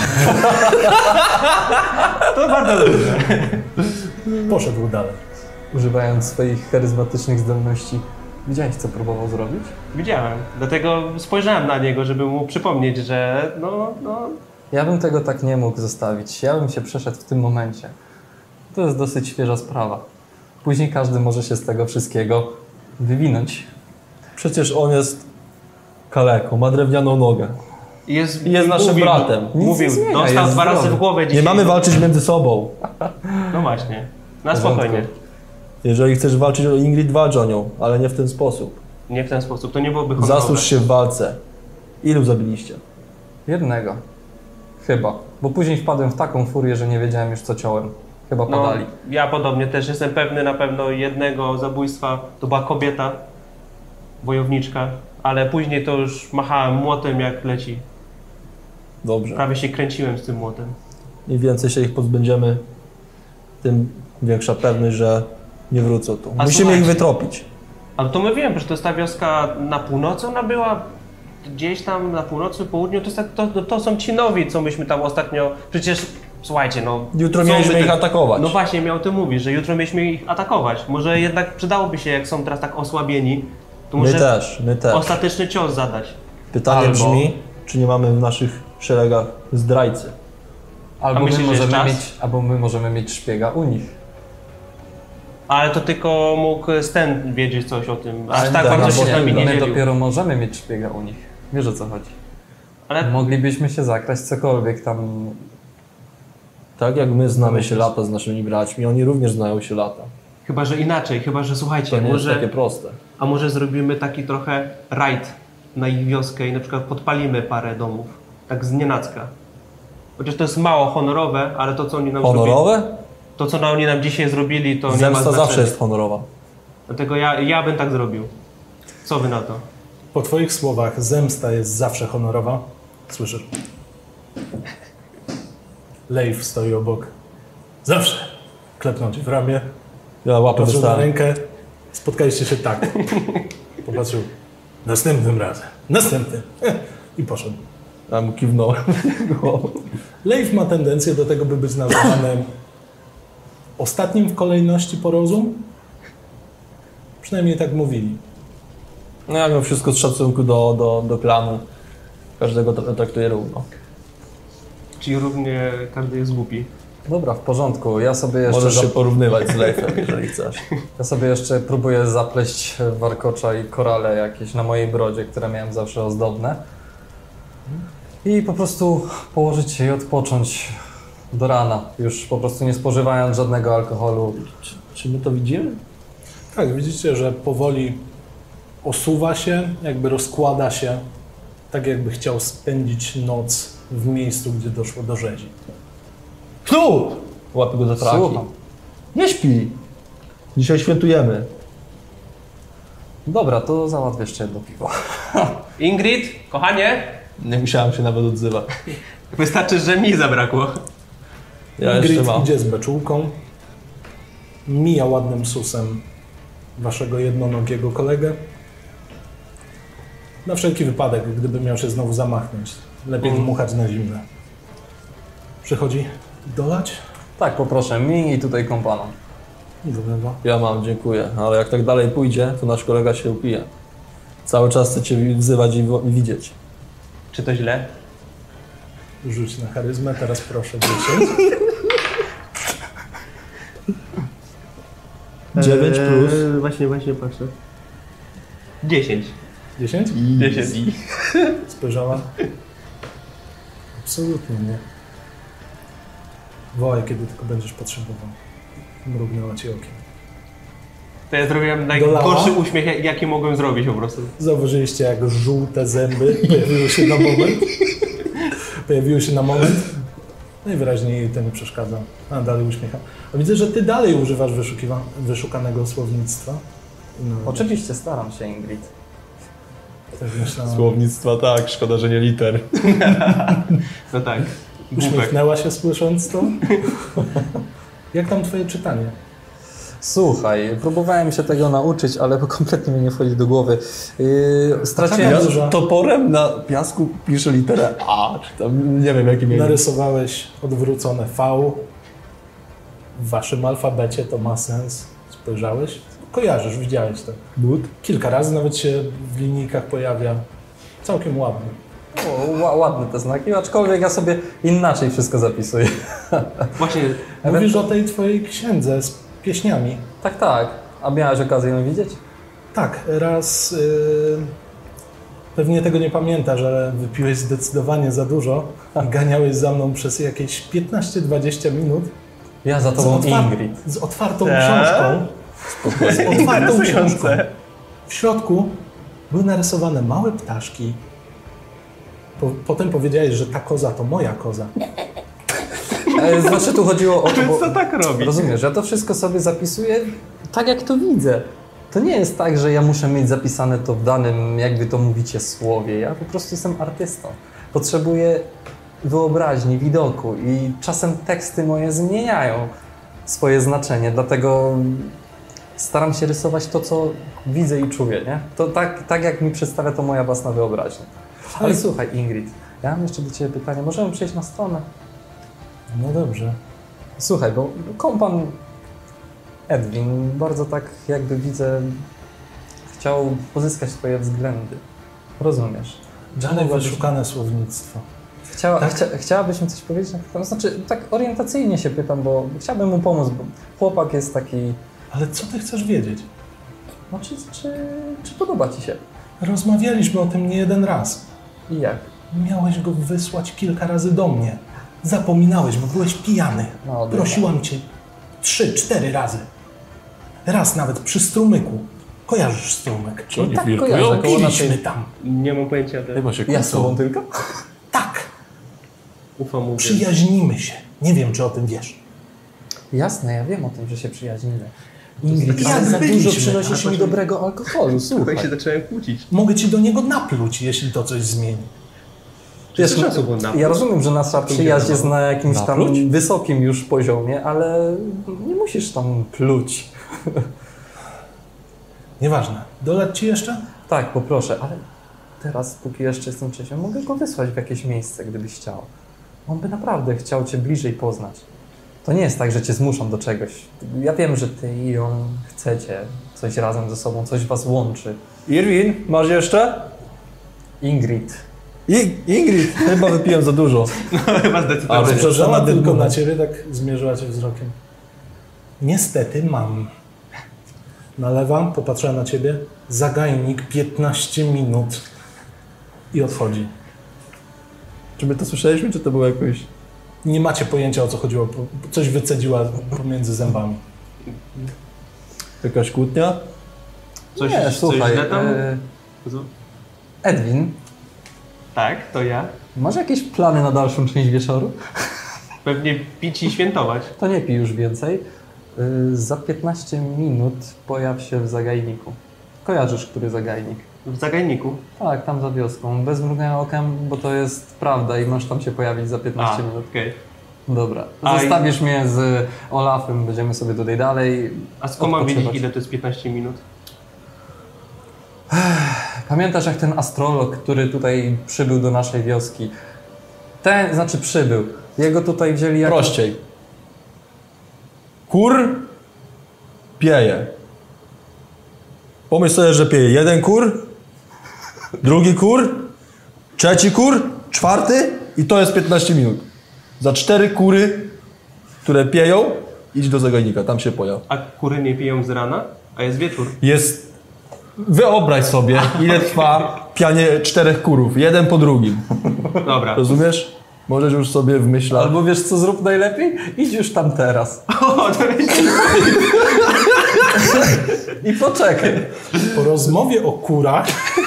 To bardzo dobrze.
Poszedł dalej.
Używając swoich charyzmatycznych zdolności. Widziałeś, co próbował zrobić?
Widziałem. Dlatego spojrzałem na niego, żeby mu przypomnieć, że no, no...
Ja bym tego tak nie mógł zostawić. Ja bym się przeszedł w tym momencie. To jest dosyć świeża sprawa. Później każdy może się z tego wszystkiego wywinąć.
Przecież on jest kaleką, ma drewnianą nogę.
Jest,
I jest naszym
mówił,
bratem.
Nic
Mówił,
nie zmienia,
dostał
jest
dwa razy
zdrowy.
w głowę dzisiaj.
Nie mamy walczyć między sobą.
No właśnie. Na
W porządku.
spokojnie.
Jeżeli chcesz walczyć o Ingrid, walcz o nią, ale nie w ten sposób.
Nie w ten sposób. To nie byłoby honorowe.
Zasłuż się w walce. Ilu zabiliście?
Jednego. Chyba. Bo później wpadłem w taką furię, że nie wiedziałem już, co ciąłem. Chyba
No,
padali.
ja podobnie też jestem pewny na pewno jednego zabójstwa. To była kobieta, wojowniczka, ale później to już machałem młotem jak leci.
Dobrze.
Prawie się kręciłem z tym młotem.
Im więcej się ich pozbędziemy, tym większa pewność, że nie wrócą tu.
A
Musimy
słuchajcie.
ich wytropić.
Ale to my wiemy, że to jest ta wioska na północy, ona była gdzieś tam na północy, południu, to, jest tak, to, to, to są ci nowi, co myśmy tam ostatnio, przecież słuchajcie, no...
Jutro
co
mieliśmy
my
ich
te-
atakować.
No właśnie, miał to mówić, że jutro mieliśmy ich atakować. Może jednak przydałoby się, jak są teraz tak osłabieni, to
My
może
też, my też.
ostateczny cios zadać.
Pytanie
Albo-
brzmi, czy nie mamy w naszych szeregach zdrajcy?
Albo
A
my,
myślisz, że jest
możemy
czas?
mieć, albo my możemy mieć szpiega u nich.
Ale to tylko mógł Sten wiedzieć coś o tym. Aż
Ale
tak
dobra,
bardzo się
bo
z nami nie
my
dzielił.
dopiero możemy mieć szpiega u nich. Wiesz, o co chodzi.
Ale
Moglibyśmy się zakraść cokolwiek tam.
Tak jak my znamy się lata z naszymi braćmi, oni również znają się lata.
chyba, że inaczej, chyba, że słuchajcie,
To nie jest
może,
takie proste.
a może zrobimy taki trochę rajd na ich wioskę i na przykład podpalimy parę domów. Tak z nienacka. Chociaż to jest mało honorowe, ale to co oni nam zrobili,
Honorowe?
to co oni nam dzisiaj zrobili, to nie ma
Zemsta
znaczenia.
zawsze jest honorowa.
Dlatego ja, ja bym tak zrobił. Co wy na to?
Po twoich słowach zemsta jest zawsze honorowa. Słyszysz? Leif stoi obok. Zawsze. Klepnął ci w ramię,
Ja łapę
patrzył na
dostałem.
rękę. Spotkaliście się tak. Popatrzył. Następnym razem. Następnym. I poszedł.
Ja mu kiwnąłem.
Leif ma tendencję do tego, by być nazywany ostatnim w kolejności po rozum. Przynajmniej tak mówili.
No ja mimo wszystko z szacunku do, do, do klanu. Każdego tra- traktuję równo.
Czyli równie każdy jest głupi.
Dobra, w porządku. Ja sobie jeszcze,
Możesz się
zap-
porównywać z Leifem, jeżeli chcesz.
ja sobie jeszcze próbuję zapleść warkocza i korale jakieś na mojej brodzie, które miałem zawsze ozdobne. I po prostu położyć się i odpocząć do rana. Już po prostu nie spożywając żadnego alkoholu.
Czy, czy my to widzimy?
Tak, widzicie, że powoli osuwa się, jakby rozkłada się, tak jakby chciał spędzić noc w miejscu, gdzie doszło do rzezi.
Knut! Łapy go za fraki.
Słucham.
Nie śpi. Dzisiaj świętujemy.
Dobra, to załatwię jeszcze jedno piwo.
Ingrid, kochanie,
Nie musiałem się nawet odzywać.
wystarczy, że mi zabrakło.
Ja jeszcze
Ingrid
mam.
idzie z beczułką, mija ładnym susem waszego jednonogiego kolegę. Na wszelki wypadek, gdyby miał się znowu zamachnąć, lepiej dmuchać na zimne. Przychodzi dolać?
Tak, poproszę, mi i tutaj kompana.
Do lewa.
Ja mam, dziękuję. Ale jak tak dalej pójdzie, to nasz kolega się upije. Cały czas chce cię wzywać i wo- widzieć.
Czy to źle?
Rzuć na charyzmę, teraz proszę dziesięć.
dziewięć plus.
Eee, właśnie, właśnie patrzę. dziesięć.
dziesięć?
dziesięć.
Spojrzała? Absolutnie nie. Wołaj, kiedy tylko będziesz potrzebował. Mrugnęła ci okiem.
To ja zrobiłem
Dolała?
najgorszy uśmiech, jak- jaki mogłem zrobić po prostu.
Zauważyliście, jak żółte zęby pojawiły się na moment. Pojawiły się na moment. Najwyraźniej jej to nie przeszkadza. A dalej uśmiecha. A widzę, że ty dalej używasz wyszukiwa- wyszukanego słownictwa. No,
Oczywiście staram się, Ingrid.
tak myślałem.
Słownictwa tak, szkoda, że nie liter.
No tak. Głupek.
Uśmiechnęła się słysząc to. Jak tam twoje czytanie?
Słuchaj, próbowałem się tego nauczyć, ale kompletnie mi nie wchodzi do głowy. Yy, straciłem...
Ja-
Ja
duża.
toporem na piasku piszę literę A, czy tam nie wiem jaki mieli.
Narysowałeś odwrócone V. W waszym alfabecie to ma sens. Spojrzałeś? Kojarzysz, widziałeś to.
But.
Kilka razy nawet się w linijkach pojawia. Całkiem ładnie.
O, ła- ładne te znaki, aczkolwiek ja sobie inaczej wszystko zapisuję.
Właśnie,
Mówisz o tej twojej księdze z pieśniami.
Tak, tak. A miałeś okazję ją widzieć?
Tak, raz yy, pewnie tego nie pamiętasz, ale wypiłeś zdecydowanie za dużo i ganiałeś za mną przez jakieś piętnaście dwadzieścia minut
Ja za
z,
tobą,
otwar-
Ingrid.
z otwartą
Tak?
książką. Z otwartą książką.
Interesujące.
W środku były narysowane małe ptaszki. Po, potem powiedziałeś, że ta koza to moja koza.
E, znaczy tu chodziło o to,
Więc
bo,
to tak robi.
rozumiesz, ja to wszystko sobie zapisuję tak, jak to widzę. To nie jest tak, że ja muszę mieć zapisane to w danym, jak wy to mówicie, słowie. Ja po prostu jestem artystą. Potrzebuję wyobraźni, widoku i czasem teksty moje zmieniają swoje znaczenie, dlatego staram się rysować to, co widzę i czuję, nie? To tak, tak jak mi przedstawia to moja własna wyobraźnia. Ale
Ale-
słuchaj, Ingrid, ja mam jeszcze do ciebie pytanie. Możemy przejść na stronę?
No dobrze.
Słuchaj, bo kompan Edwin bardzo tak jakby widzę chciał pozyskać twoje względy. Rozumiesz?
Dalej
Mogłabyś-
wyszukane słownictwo.
Chciała,
Tak?
chcia, chciałabyś mi coś powiedzieć? na pewno? Znaczy, tak orientacyjnie się pytam, bo chciałbym mu pomóc, bo chłopak jest taki...
Ale co ty chcesz wiedzieć?
No czy, czy, czy podoba ci się?
Rozmawialiśmy o tym nie jeden raz.
I jak?
Miałeś go wysłać kilka razy do mnie. Zapominałeś, bo byłeś pijany.
No, dobra.
Prosiłam cię trzy, cztery razy. Raz nawet przy strumyku. Kojarzysz strumyk?
Czy oni
tak
flirtują?
kojarzę. Koło
Piliśmy
naszej-
tam.
Nie mam pojęcia, ale
Chyba się
Ja z
kłócą.
tobą tylko?
Tak,
ufam mu.
przyjaźnimy się. Nie wiem, czy o tym wiesz.
Jasne, ja wiem o tym, że się przyjaźnimy. Ingrid,
Jak
ale za
byliśmy,
dużo przynosisz
ale
mi
to-
dobrego alkoholu, słuchaj.
Chyba się zacząłem kłócić.
Mogę ci do niego napluć, jeśli to coś zmieni.
Wiesz,
Czy czasu było na-
ja rozumiem, że nasza przyjaźń jest na jakimś tam
Napluć?
wysokim już poziomie, ale nie musisz tam pluć.
Nieważne. Dolać ci jeszcze?
Tak, poproszę, ale teraz, póki jeszcze jestem trzeźwy, mogę go wysłać w jakieś miejsce, gdybyś chciał. On by naprawdę chciał cię bliżej poznać. To nie jest tak, że cię zmuszam do czegoś. Ja wiem, że ty i on chcecie coś razem ze sobą, coś was łączy.
Irwin, masz jeszcze?
Ingrid.
I Ingrid, chyba wypiłem za dużo.
Chyba
A,
zdecydowanie.
że-
Spojrzała
na
tylko
tym
na
momencie.
ciebie, tak zmierzyła cię wzrokiem. Niestety mam. Nalewam, popatrzyła na ciebie. Zagajnik piętnaście minut. I odchodzi.
Czy my to słyszeliśmy, czy to było jakoś...
Nie macie pojęcia, o co chodziło. Po- Coś wycedziła pomiędzy zębami.
jakaś kłótnia?
Coś,
nie,
coś
słuchaj,
źle tam?
e, Edwin,
Tak, to ja.
masz jakieś plany na dalszą część wieczoru?
Pewnie pić i świętować.
To nie pij już więcej. Y, Za piętnaście minut pojaw się w zagajniku. Kojarzysz, który zagajnik?
W zagajniku.
Tak, tam za wioską. Bez mrugania okiem, bo to jest prawda i masz tam się pojawić za
A,
piętnaście minut.
okej.
Dobra.
A
Zostawisz mnie z Olafem, będziemy sobie tutaj dalej.
A skąd mam
odpoczywać.
wiedzieć, ile to jest piętnaście minut?
Pamiętasz, jak ten astrolog, który tutaj przybył do naszej wioski, ten, znaczy przybył, jego tutaj wzięli jako...
Prościej. Kur pieje. Pomyśl sobie, że pieje jeden kur, drugi kur, trzeci kur, czwarty i to jest piętnaście minut. Za cztery kury, które pieją, idź do zagajnika, tam się pojaw.
A kury nie piją z rana? A jest wieczór.
Jest... Wyobraź sobie, ile trwa pianie czterech kurów, jeden po drugim.
Dobra.
Rozumiesz? Możesz już sobie w myślach...
Albo wiesz, co zrób najlepiej? Idź już tam teraz.
O, to jest...
I poczekaj.
Po rozmowie o kurach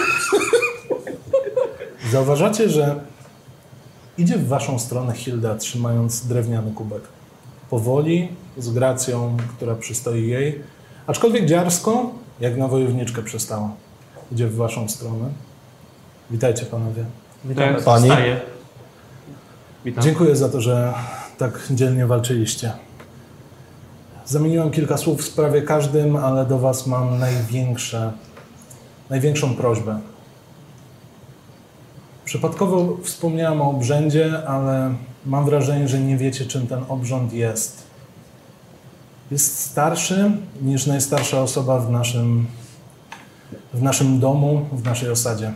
zauważacie, że idzie w waszą stronę Hilda, trzymając drewniany kubek. Powoli, z gracją, która przystoi jej, aczkolwiek dziarsko, jak na wojowniczkę przystała. Idzie w waszą stronę. Witajcie panowie.
Witam.
Pani.
Wstaję. Witam.
Dziękuję za to, że tak dzielnie walczyliście. Zamieniłem kilka słów w sprawie każdym, ale do was mam największe, największą prośbę. Przypadkowo wspomniałem o obrzędzie, ale mam wrażenie, że nie wiecie, czym ten obrząd jest. Jest starszy niż najstarsza osoba w naszym, w naszym domu, w naszej osadzie.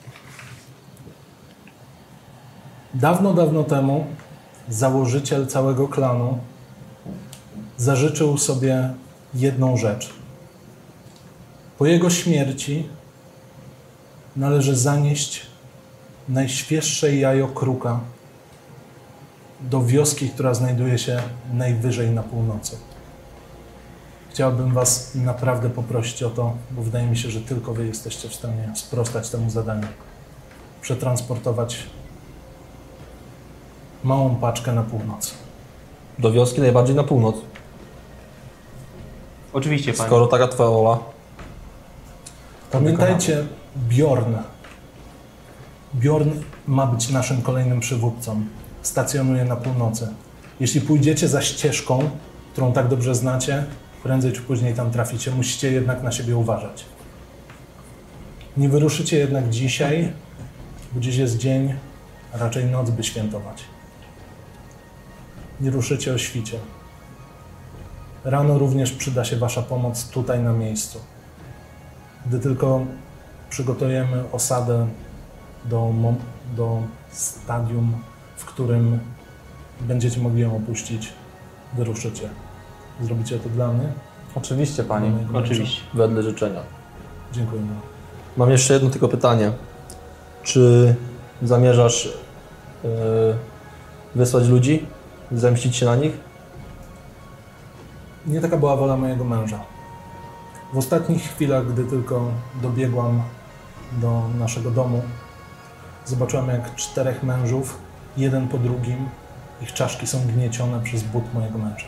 Dawno, dawno temu założyciel całego klanu zażyczył sobie jedną rzecz. Po jego śmierci należy zanieść najświeższe jajo kruka do wioski, która znajduje się najwyżej na północy. Chciałbym was naprawdę poprosić o to, bo wydaje mi się, że tylko wy jesteście w stanie sprostać temu zadaniu. Przetransportować małą paczkę na północ.
Do wioski najbardziej na północ.
Oczywiście, panie.
Skoro taka twoja wola.
Pamiętajcie, Bjorn. Bjorn ma być naszym kolejnym przywódcą. Stacjonuje na północy. Jeśli pójdziecie za ścieżką, którą tak dobrze znacie, prędzej czy później tam traficie. Musicie jednak na siebie uważać. Nie wyruszycie jednak dzisiaj, bo dziś jest dzień, a raczej noc, by świętować. Nie ruszycie o świcie. Rano również przyda się wasza pomoc tutaj na miejscu. Gdy tylko przygotujemy osadę do, mo- do stadium, w którym będziecie mogli ją opuścić, wyruszycie. Zrobicie to dla mnie?
Oczywiście,
Dla
pani.
mojego męża?
Oczywiście.
Wedle życzenia.
Dziękuję.
Mam jeszcze jedno tylko pytanie. Czy zamierzasz yy, wysłać ludzi? Zemścić się na nich?
Nie taka była wola mojego męża. W ostatnich chwilach, gdy tylko dobiegłam do naszego domu, zobaczyłam, jak czterech mężów, jeden po drugim, ich czaszki są gniecione przez but mojego męża.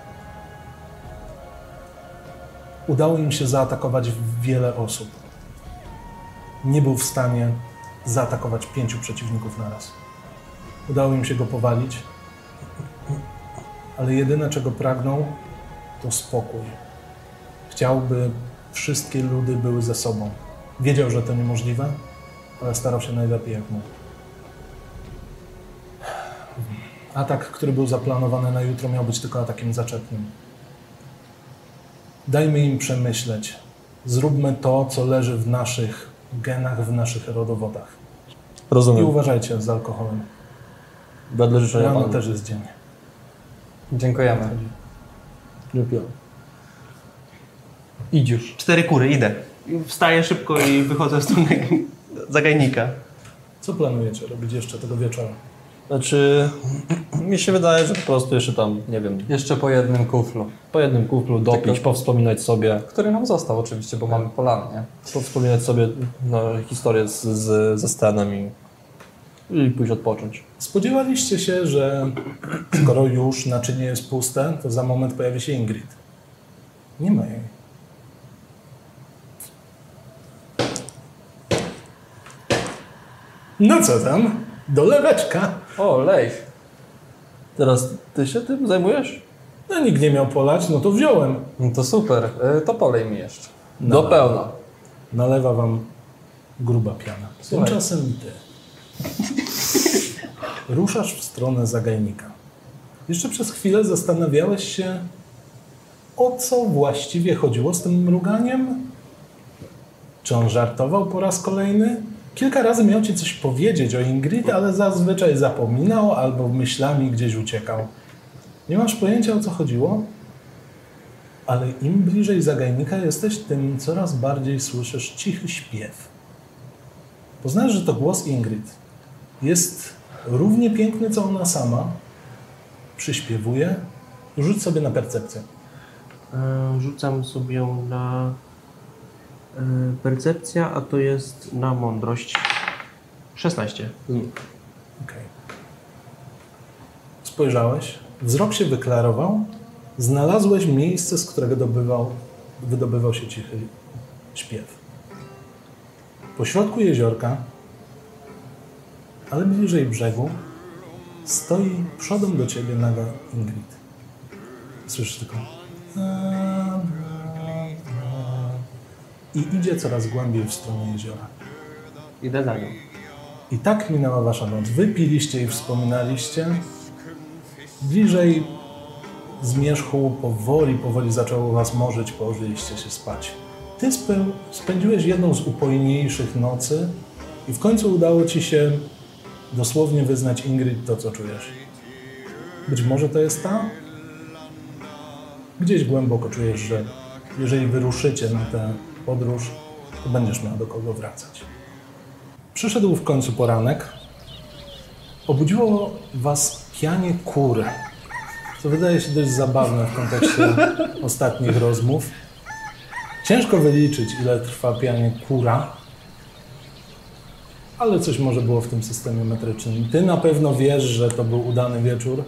Udało im się zaatakować wiele osób. Nie był w stanie zaatakować pięciu przeciwników naraz. Udało im się go powalić, ale jedyne, czego pragnął, to spokój. Chciałby, wszystkie ludy były ze sobą. Wiedział, że to niemożliwe, ale starał się najlepiej jak mógł. Atak, który był zaplanowany na jutro, miał być tylko atakiem zaczepnym. Dajmy im przemyśleć. Zróbmy to, co leży w naszych genach, w naszych rodowodach. I
Rozumiem.
uważajcie z alkoholem.
Wedle życzenia
Rano
panu.
też jest dzień.
Dziękujemy.
Dziękuję.
Idź już.
Cztery kury, idę. Wstaję szybko i wychodzę w stronę zagajnika.
Co planujecie robić jeszcze tego wieczoru?
Znaczy, mi się wydaje, że po prostu jeszcze tam, nie wiem,
Jeszcze po jednym kuflu,
po jednym kuflu dopić,
Tylko-
powspominać sobie,
który nam został oczywiście, bo mamy polany, nie?
powspominać sobie no, historię z, z, ze Stanem i, i pójść odpocząć.
Spodziewaliście się, że skoro już naczynie jest puste, to za moment pojawi się Ingrid. Nie ma jej. No co tam? Doleweczka.
O, Leif.
Teraz ty się tym zajmujesz?
No nikt nie miał polać, no to wziąłem.
No to super, y, to polej mi jeszcze.
Do pełna.
Nalewa wam gruba piana.
Słuchaj.
Tymczasem ty ruszasz w stronę zagajnika. Jeszcze przez chwilę zastanawiałeś się, o co właściwie chodziło z tym mruganiem? Czy on żartował po raz kolejny? Kilka razy miał ci coś powiedzieć o Ingrid, ale zazwyczaj zapominał albo myślami gdzieś uciekał. Nie masz pojęcia, o co chodziło? Ale im bliżej zagajnika jesteś, tym coraz bardziej słyszysz cichy śpiew. Poznajesz, że to głos Ingrid. Jest równie piękny, co ona sama. Przyśpiewuje. Rzuć sobie na percepcję.
E, Rzucam sobie na e, percepcja, a to jest na mądrość. szesnaście.
Okej. Spojrzałeś, wzrok się wyklarował, znalazłeś miejsce, z którego dobywał, wydobywał się cichy śpiew. Po środku jeziorka, ale bliżej brzegu, stoi przodem do ciebie naga Ingrid. Słyszysz tylko i idzie coraz głębiej w stronę jeziora.
Idę za nią.
I tak minęła wasza noc. Wypiliście i wspominaliście. Bliżej zmierzchu powoli, powoli zaczęło was morzyć, położyliście się spać. Ty spę spędziłeś jedną z upojniejszych nocy i w końcu udało ci się dosłownie wyznać Ingrid to, co czujesz. Być może to jest ta? Gdzieś głęboko czujesz, że jeżeli wyruszycie na tę podróż, to będziesz miał do kogo wracać. Przyszedł w końcu poranek. Obudziło was pianie kur, co wydaje się dość zabawne w kontekście ostatnich rozmów. Ciężko wyliczyć, ile trwa pianie kura, ale coś może było w tym systemie metrycznym. Ty na pewno wiesz, że to był udany wieczór.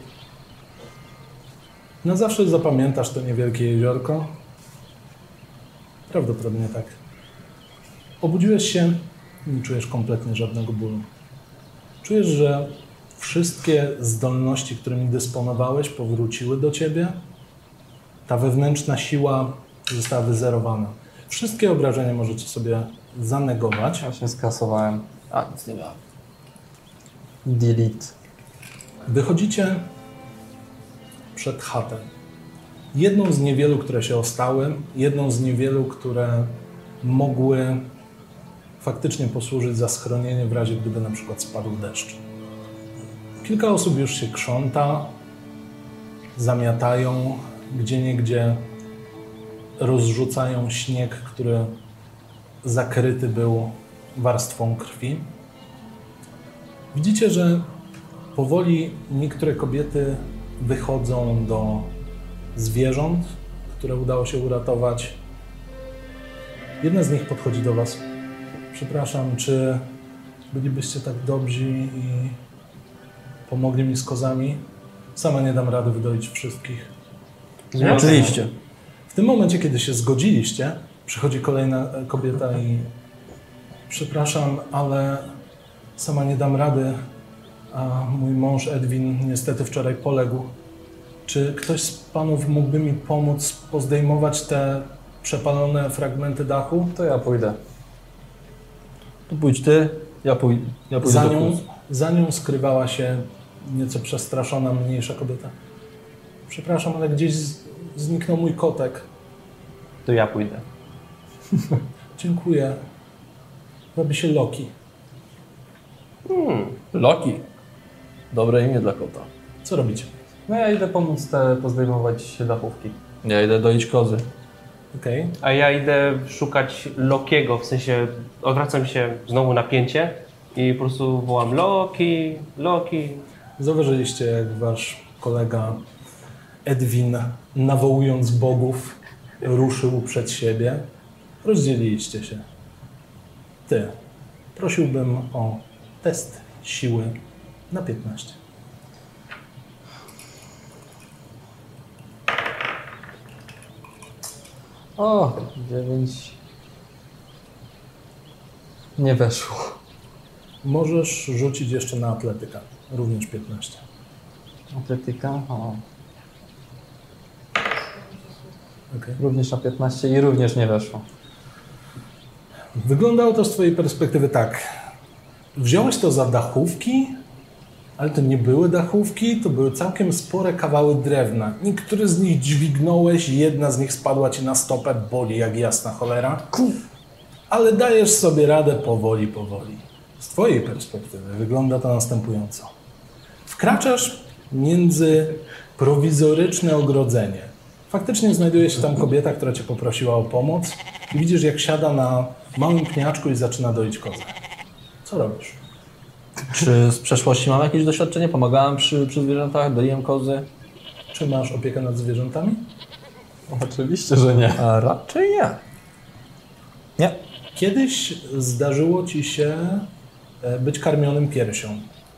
Na zawsze zapamiętasz to niewielkie jeziorko. Prawdopodobnie tak. Obudziłeś się i nie czujesz kompletnie żadnego bólu. Czujesz, że wszystkie zdolności, którymi dysponowałeś, powróciły do ciebie. Ta wewnętrzna siła została wyzerowana. Wszystkie obrażenia możecie sobie zanegować.
Ja się skasowałem.
A, nic nie miałem.
Delete.
Wychodzicie przed chatę. Jedną z niewielu, które się ostały, jedną z niewielu, które mogły faktycznie posłużyć za schronienie w razie, gdyby na przykład spadł deszcz. Kilka osób już się krząta, zamiatają, gdzieniegdzie rozrzucają śnieg, który zakryty był warstwą krwi. Widzicie, że powoli niektóre kobiety wychodzą do zwierząt, które udało się uratować. Jedna z nich podchodzi do was. Przepraszam, czy bylibyście tak dobrzy i pomogli mi z kozami? Sama nie dam rady wydoić wszystkich.
Oczywiście.
W tym momencie, kiedy się zgodziliście, przychodzi kolejna kobieta i przepraszam, ale sama nie dam rady, a mój mąż Edwin niestety wczoraj poległ. Czy ktoś z panów mógłby mi pomóc pozdejmować te przepalone fragmenty dachu?
To ja pójdę.
Tu pójdź ty, ja, pój ja pójdę
Za
do
nią,
kóz.
za nią skrywała się nieco przestraszona, mniejsza kobieta. Przepraszam, ale gdzieś z, zniknął mój kotek.
To ja pójdę.
Dziękuję. Robi się Loki.
Hmm.
Loki. Dobre imię dla kota.
Co robicie?
No ja idę pomóc te pozdejmować dachówki.
Ja idę doić kozy.
Okej.
A ja idę szukać Lokiego, w sensie odwracam się znowu na pięcie i po prostu wołam Loki, Loki.
Zauważyliście, jak wasz kolega Edwin, nawołując bogów, ruszył przed siebie. Rozdzieliliście się. Ty. Prosiłbym o test siły na piętnaście.
O, dziewięć. Nie weszło.
Możesz rzucić jeszcze na atletykę. Również piętnaście.
Atletyka. O.
Okay.
Również na piętnaście i również nie weszło.
Wyglądało to z twojej perspektywy tak. Wziąłeś to za dachówki, ale to nie były dachówki, to były całkiem spore kawały drewna. Niektóre z nich dźwignąłeś, jedna z nich spadła ci na stopę, boli jak jasna cholera. Ale dajesz sobie radę powoli, powoli. Z twojej perspektywy wygląda to następująco. Wkraczasz między prowizoryczne ogrodzenie. Faktycznie znajduje się tam kobieta, która cię poprosiła o pomoc i widzisz, jak siada na małym pniaczku i zaczyna doić kozę. Co robisz?
Czy z przeszłości mam jakieś doświadczenie? Pomagałem przy, przy zwierzętach, doiłem kozy?
Czy masz opiekę nad zwierzętami?
Oczywiście, że nie.
A raczej nie. Nie.
Kiedyś zdarzyło ci się e, być karmionym piersią.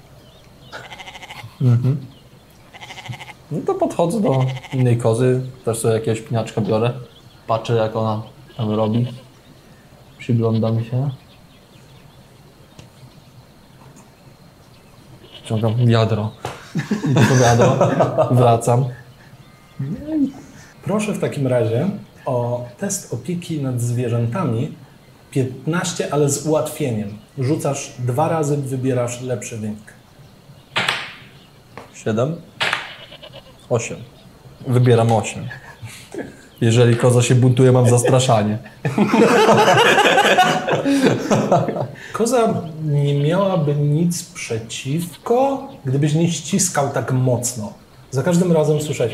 Mhm. No to podchodzę do innej kozy, też sobie jakiegoś pniaczka biorę, patrzę jak ona tam robi, przyglądam się. Wciągam wiadro, idę po wiadro, wracam.
Proszę w takim razie o test opieki nad zwierzętami piętnaście, ale z ułatwieniem. Rzucasz dwa razy, wybierasz lepszy wynik.
siedem. osiem. Wybieram osiem. Jeżeli koza się buntuje, mam zastraszanie.
Koza nie miałaby nic przeciwko, gdybyś nie ściskał tak mocno. Za każdym razem słyszałeś.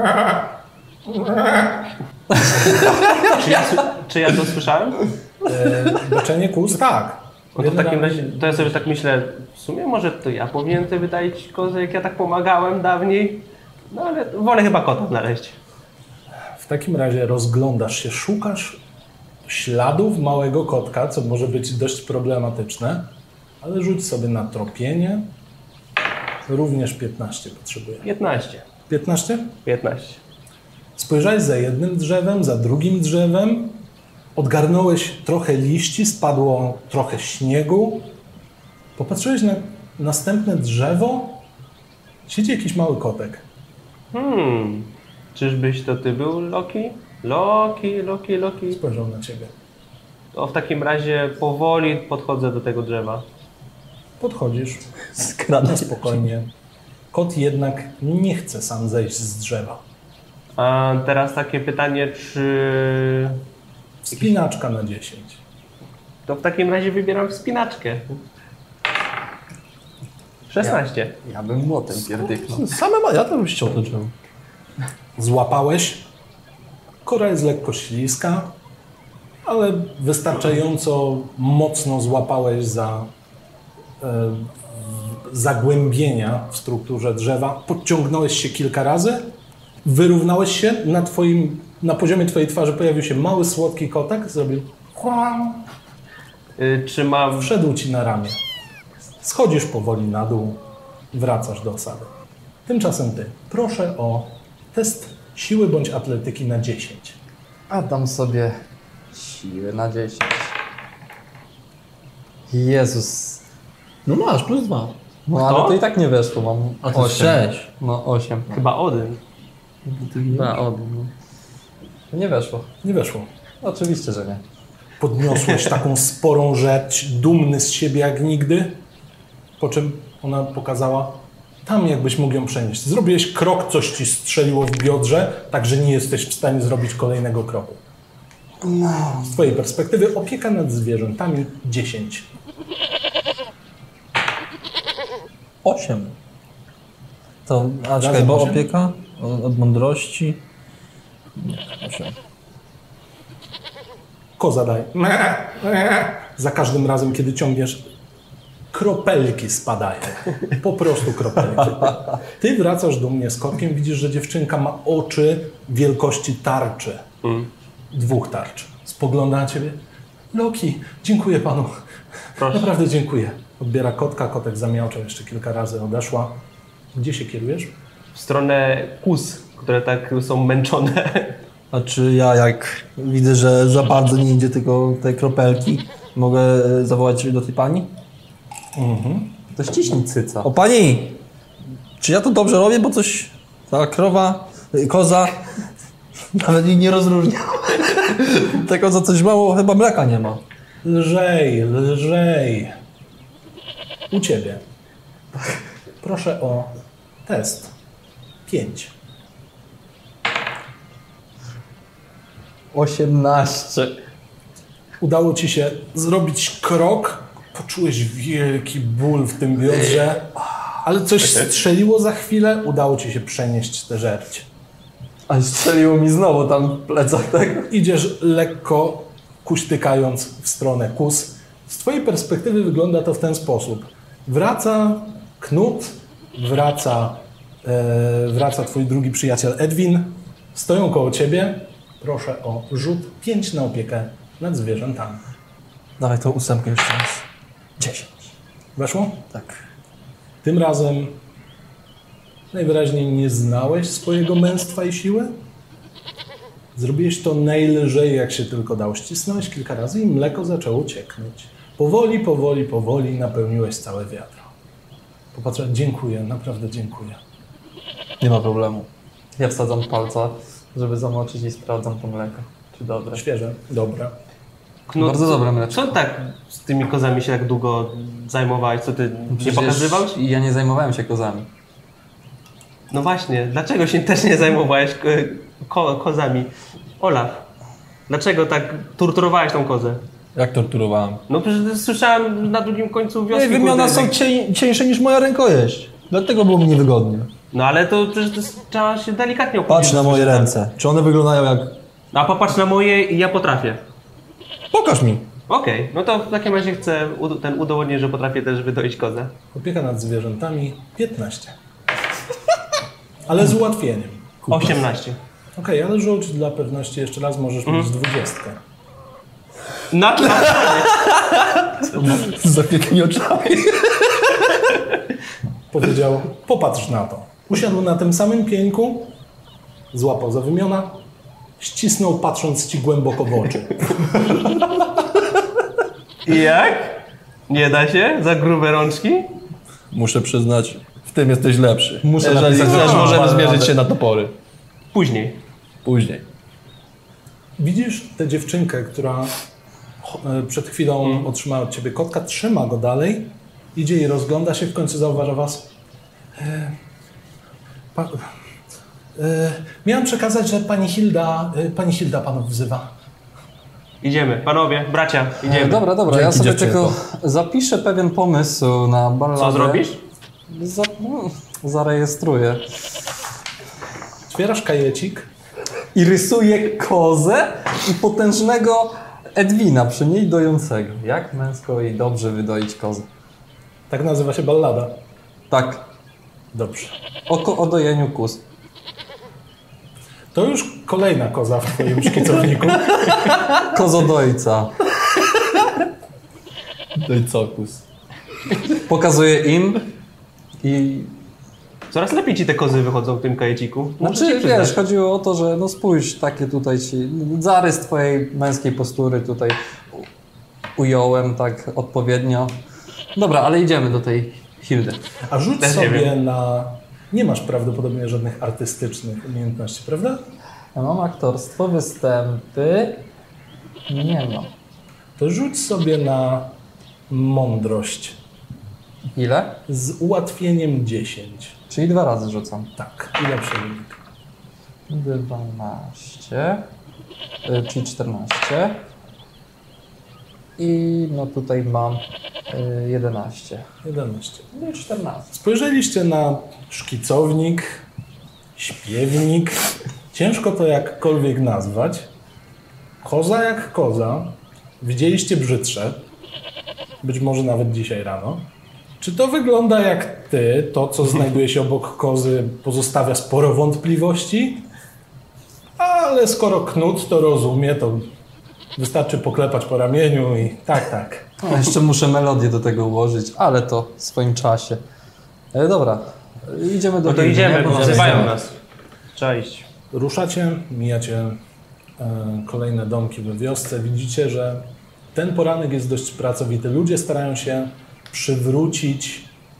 Czy ja, czy ja to słyszałem?
E, Beczenie kóz? Tak.
No to w takim razie, to ja sobie tak myślę, w sumie może to ja powinienem sobie wydać kozę, jak ja tak pomagałem dawniej. No ale wolę chyba kota znaleźć.
W takim razie rozglądasz się, szukasz śladów małego kotka, co może być dość problematyczne, ale rzuć sobie na tropienie. Również piętnaście potrzebuję.
piętnaście.
piętnaście?
piętnaście.
Spojrzałeś za jednym drzewem, za drugim drzewem, odgarnąłeś trochę liści, spadło trochę śniegu. Popatrzyłeś na następne drzewo, siedzi jakiś mały kotek.
Hmm, czyżbyś to ty był, Loki? Loki, Loki, Loki.
Spojrzał na ciebie.
To w takim razie powoli podchodzę do tego drzewa.
Podchodzisz,
Skradam
na spokojnie. Kot jednak nie chce sam zejść z drzewa.
A teraz takie pytanie, czy...
Spinaczka na dziesięć.
To w takim razie wybieram wspinaczkę. szesnaście.
Ja, ja bym młotem pierdyknął.
Same ma, ja to bym ściął to drzewo.
Złapałeś. Kora jest lekko śliska, ale wystarczająco mocno złapałeś za e, zagłębienia w strukturze drzewa. Podciągnąłeś się kilka razy, wyrównałeś się, na, twoim, na poziomie twojej twarzy pojawił się mały, słodki kotek, zrobił chłam,
Y, czy mam...
wszedł ci na ramię. Schodzisz powoli na dół, wracasz do osady. Tymczasem ty, proszę o test siły bądź atletyki na dziesięć.
A dam sobie siły na dziesięć. Jezus.
No masz, plus dwa.
No
Kto?
ale to i tak nie weszło, mam
A to
osiem.
sześć.
No osiem.
Chyba Odyn.
Na odem. No. To nie weszło.
Nie weszło.
Oczywiście, że nie.
Podniosłeś taką sporą rzecz, dumny z siebie jak nigdy, po czym ona pokazała, tam jakbyś mógł ją przenieść. Zrobiłeś krok, coś ci strzeliło w biodrze, tak że nie jesteś w stanie zrobić kolejnego kroku. Z twojej perspektywy opieka nad zwierzętami dziesięć.
osiem. To, a czekaj,
Razem
bo
osiem?
opieka od, od mądrości. Nie, osiem.
Koza daje. Za każdym razem, kiedy ciągniesz, kropelki spadają. Po prostu kropelki. Ty wracasz do mnie z kotkiem, widzisz, że dziewczynka ma oczy wielkości tarczy.
Mm.
Dwóch tarcz. Spogląda na ciebie. Loki, dziękuję panu.
Proszę.
Naprawdę dziękuję. Odbiera kotka, kotek zamiałczał jeszcze kilka razy, odeszła. Gdzie się kierujesz?
W stronę kus, które tak są męczone.
A czy ja jak widzę, że za bardzo nie idzie tylko tej kropelki, mogę e, zawołać do tej pani?
Mhm.
To ściśnij cyca.
O pani! Czy ja to dobrze robię, bo coś... Ta krowa, koza... Nawet jej nie rozróżnia. Ta koza coś mało, chyba mleka nie ma.
Lżej, lżej. U ciebie. Proszę o test. Pięć.
osiemnaście.
Udało ci się zrobić krok. Poczułeś wielki ból w tym biodrze, ale coś strzeliło za chwilę. Udało ci się przenieść tę żerć.
A strzeliło mi znowu tam w plecach, tak?
Idziesz lekko kuśtykając w stronę kus. Z twojej perspektywy wygląda to w ten sposób. Wraca Knut, wraca, e, wraca twój drugi przyjaciel Edwin. Stoją koło ciebie. Proszę o rzut pięć na opiekę nad zwierzętami.
Dawaj tą ósemkę jeszcze raz. dziesięć.
Weszło?
Tak.
Tym razem najwyraźniej nie znałeś swojego męstwa i siły. Zrobiłeś to najlżej, jak się tylko dało. Ścisnąłeś kilka razy i mleko zaczęło cieknąć. Powoli, powoli, powoli napełniłeś całe wiadro. Popatrzę, dziękuję, naprawdę dziękuję.
Nie ma problemu. Ja wsadzam palca, żeby zamoczyć i sprawdzam to mleko. Czy dobre?
Świeże, dobre.
Knut,
Bardzo dobre mleczko.
Co tak z tymi kozami się tak długo zajmowałeś? Co ty nie
Przecież
pokazywał?
ja nie zajmowałem się kozami.
No właśnie, dlaczego się też nie zajmowałeś ko kozami? Olaf, dlaczego tak torturowałeś tą kozę?
Jak torturowałem?
No przecież słyszałem na drugim końcu wioski.
Ej, wymiona
kurde,
są cień, cieńsze niż moja rękojeść. Dlatego było mi niewygodnie.
No ale to przecież to jest- trzeba się delikatnie obchodzić.
Patrz na moje ręce. Czy one wyglądają jak...
A popatrz na moje i ja potrafię.
Pokaż mi.
Okej, no to w takim razie chcę ud ten udowodnić, że potrafię też wydoić kozę.
Opieka nad zwierzętami piętnaście. Ale z ułatwieniem.
osiemnaście.
Okej, ale rzuć dla pewności jeszcze raz, możesz mieć dwudziestkę.
Na tle.
Z zapiekami oczami.
Powiedział, popatrz na to. Usiadł na tym samym pieńku, złapał za wymiona, ścisnął patrząc ci głęboko w oczy.
I jak? Nie da się? Za grube rączki?
Muszę przyznać, w tym jesteś lepszy.
Muszę
Jeżeli
napisać,
chcesz,
że
możemy
mam
zmierzyć
radę.
się na topory.
Później.
Później.
Widzisz tę dziewczynkę, która e, przed chwilą otrzymała od ciebie kotka, trzyma go dalej, idzie i rozgląda się, w końcu zauważa was. E, pa, e, miałem przekazać, że pani Hilda, e, pani Hilda panów wzywa.
Idziemy. Panowie, bracia, idziemy.
Dobra, dobra, ja
Dzięki,
sobie
dziewczynko.
tylko zapiszę pewien pomysł na balladę.
Co zrobisz?
Za, no, zarejestruję.
Otwierasz kajecik.
I rysuję kozę i potężnego Edwina przy niej dojącego. Jak męsko i dobrze wydoić kozę.
Tak nazywa się ballada.
Tak,
Dobrze.
o, ko- o dojeniu kóz.
To już kolejna koza w twoim szkicowniku.
Kozodojca.
Dojcokus.
Pokazuję im i...
Coraz lepiej ci te kozy wychodzą w tym kajeciku. Muszę
Znaczy,
ci przyznać.
wiesz, chodziło o to, że no spójrz, takie tutaj ci... Zarys twojej męskiej postury tutaj u- ująłem tak odpowiednio. Dobra, ale idziemy do tej Hildy.
A rzuć
Też nie
sobie
wiem.
na... Nie masz prawdopodobnie żadnych artystycznych umiejętności, prawda?
Ja mam aktorstwo, występy... Nie mam.
To rzuć sobie na mądrość
Ile?
z ułatwieniem dziesięć.
Czyli dwa razy rzucam.
Tak, i lepszy wynik.
dwanaście, y, czyli czternaście. I no tutaj mam y, jedenaście.
jedenaście.
No i czternaście.
Spojrzeliście na szkicownik, śpiewnik. Ciężko to jakkolwiek nazwać. Koza jak koza. Widzieliście brzydsze. Być może nawet dzisiaj rano. Czy to wygląda jak ty? To, co znajduje się obok kozy, pozostawia sporo wątpliwości. Ale skoro Knut to rozumie, to wystarczy poklepać po ramieniu i tak, tak.
No, jeszcze muszę melodię do tego ułożyć, ale to w swoim czasie. E, dobra, idziemy do
No to
Hildy,
idziemy,
nie?
bo
Bo
wzywają
nas-
nas. Trzeba iść.
Ruszacie, mijacie e, kolejne domki we wiosce. Widzicie, że ten poranek jest dość pracowity. Ludzie starają się przywrócić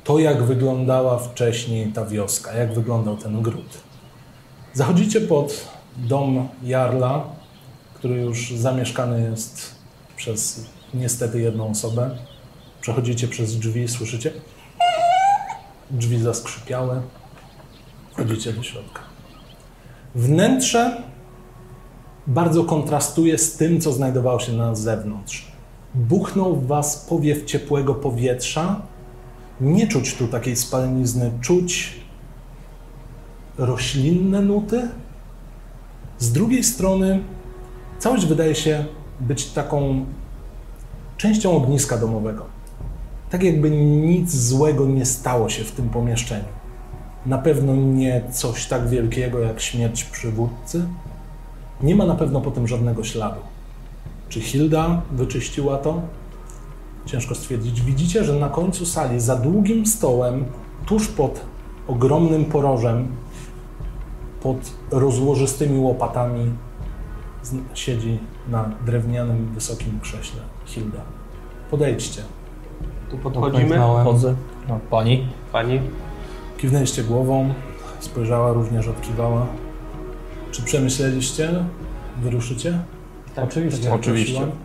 to, jak wyglądała wcześniej ta wioska, jak wyglądał ten gród. Zachodzicie pod dom Jarla, który już zamieszkany jest przez niestety jedną osobę. Przechodzicie przez drzwi, słyszycie? Drzwi zaskrzypiałe. Wchodzicie do środka. Wnętrze bardzo kontrastuje z tym, co znajdowało się na zewnątrz. Buchnął w was powiew ciepłego powietrza. Nie czuć tu takiej spalenizny, czuć roślinne nuty. Z drugiej strony całość wydaje się być taką częścią ogniska domowego. Tak jakby nic złego nie stało się w tym pomieszczeniu. Na pewno nie coś tak wielkiego jak śmierć przywódcy. Nie ma na pewno po tym żadnego śladu. Czy Hilda wyczyściła to? Ciężko stwierdzić. Widzicie, że na końcu sali, za długim stołem, tuż pod ogromnym porożem, pod rozłożystymi łopatami, siedzi na drewnianym, wysokim krześle Hilda. Podejdźcie.
Tu podchodzimy.
Pęknąłem.
Chodzę. No, pani.
Pani.
Kiwnęliście głową, spojrzała, również odkiwała. Czy przemyśleliście? Wyruszycie?
Tak,
Oczywiście.
Jak
Oczywiście.
prosiłam?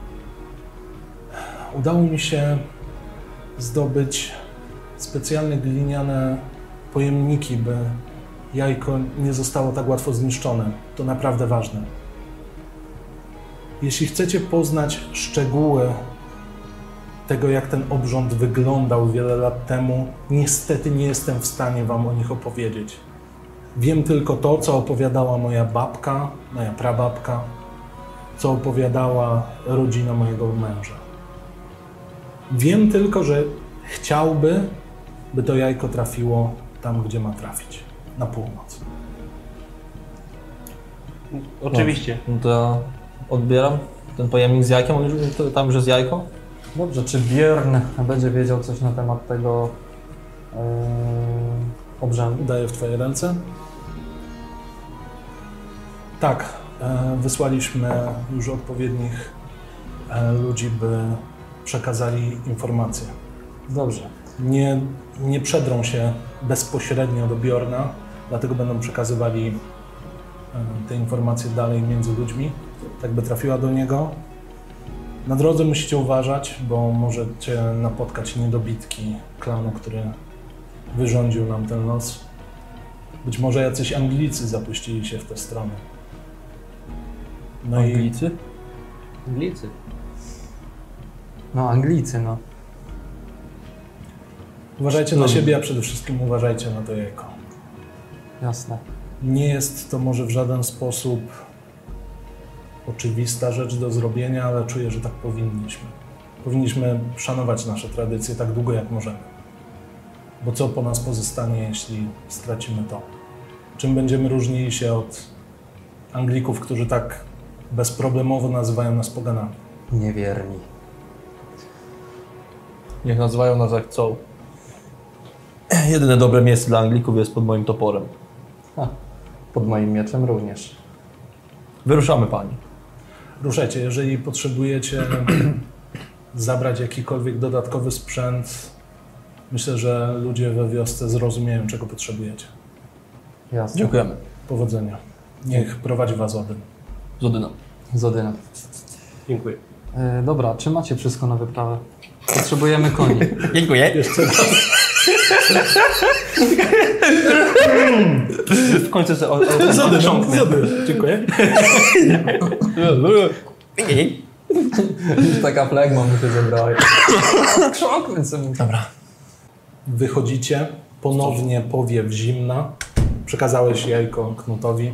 Udało mi się zdobyć specjalne gliniane pojemniki, by jajko nie zostało tak łatwo zniszczone. To naprawdę ważne. Jeśli chcecie poznać szczegóły tego, jak ten obrząd wyglądał wiele lat temu, niestety nie jestem w stanie wam o nich opowiedzieć. Wiem tylko to, co opowiadała moja babka, moja prababka, co opowiadała rodzina mojego męża. Wiem tylko, że chciałby, by to jajko trafiło tam, gdzie ma trafić, na północ.
Oczywiście.
No to ja odbieram ten pojemnik z jajkiem. On już, to, tam już jest jajko?
Dobrze, czy Björn będzie wiedział coś na temat tego yy, obrzędu?
Daję w twoje ręce. Tak, e, wysłaliśmy już odpowiednich e, ludzi, by przekazali informacje.
Dobrze.
Nie, nie przedrą się bezpośrednio do Bjorna, dlatego będą przekazywali e, te informacje dalej między ludźmi, tak by trafiła do niego. Na drodze musicie uważać, bo możecie napotkać niedobitki klanu, który wyrządził nam ten los. Być może jacyś Anglicy zapuścili się w tę stronę. No
Anglicy?
Anglicy.
No, Anglicy, no.
i uważajcie na siebie, a przede wszystkim uważajcie na to jajko.
Jasne.
Nie jest to może w żaden sposób oczywista rzecz do zrobienia, ale czuję, że tak powinniśmy. Powinniśmy szanować nasze tradycje tak długo, jak możemy. Bo co po nas pozostanie, jeśli stracimy to? Czym będziemy różnili się od Anglików, którzy tak bezproblemowo nazywają nas poganami?
Niewierni.
Niech nazywają nas jak chcą. Jedyne dobre miejsce dla Anglików jest pod moim toporem.
Ha, pod moim mieczem również.
Wyruszamy, pani.
Ruszajcie, jeżeli potrzebujecie zabrać jakikolwiek dodatkowy sprzęt, myślę, że ludzie we wiosce zrozumieją, czego potrzebujecie.
Jasne.
Dziękujemy.
Powodzenia. Niech prowadzi was Odyn.
Z Odyna.
Z Odyna.
Dziękuję.
E, dobra, czy macie wszystko na wyprawę? Potrzebujemy koni.
Dziękuję.
Jeszcze raz.
W końcu sobie o, o,
Z Odyn,
odchrząknę.
z Odyn. Dziękuję.
Taka flegma mi się zebrała. Krząknę sobie.
Dobra.
Wychodzicie, ponownie powiew zimna. Przekazałeś jajko Knutowi.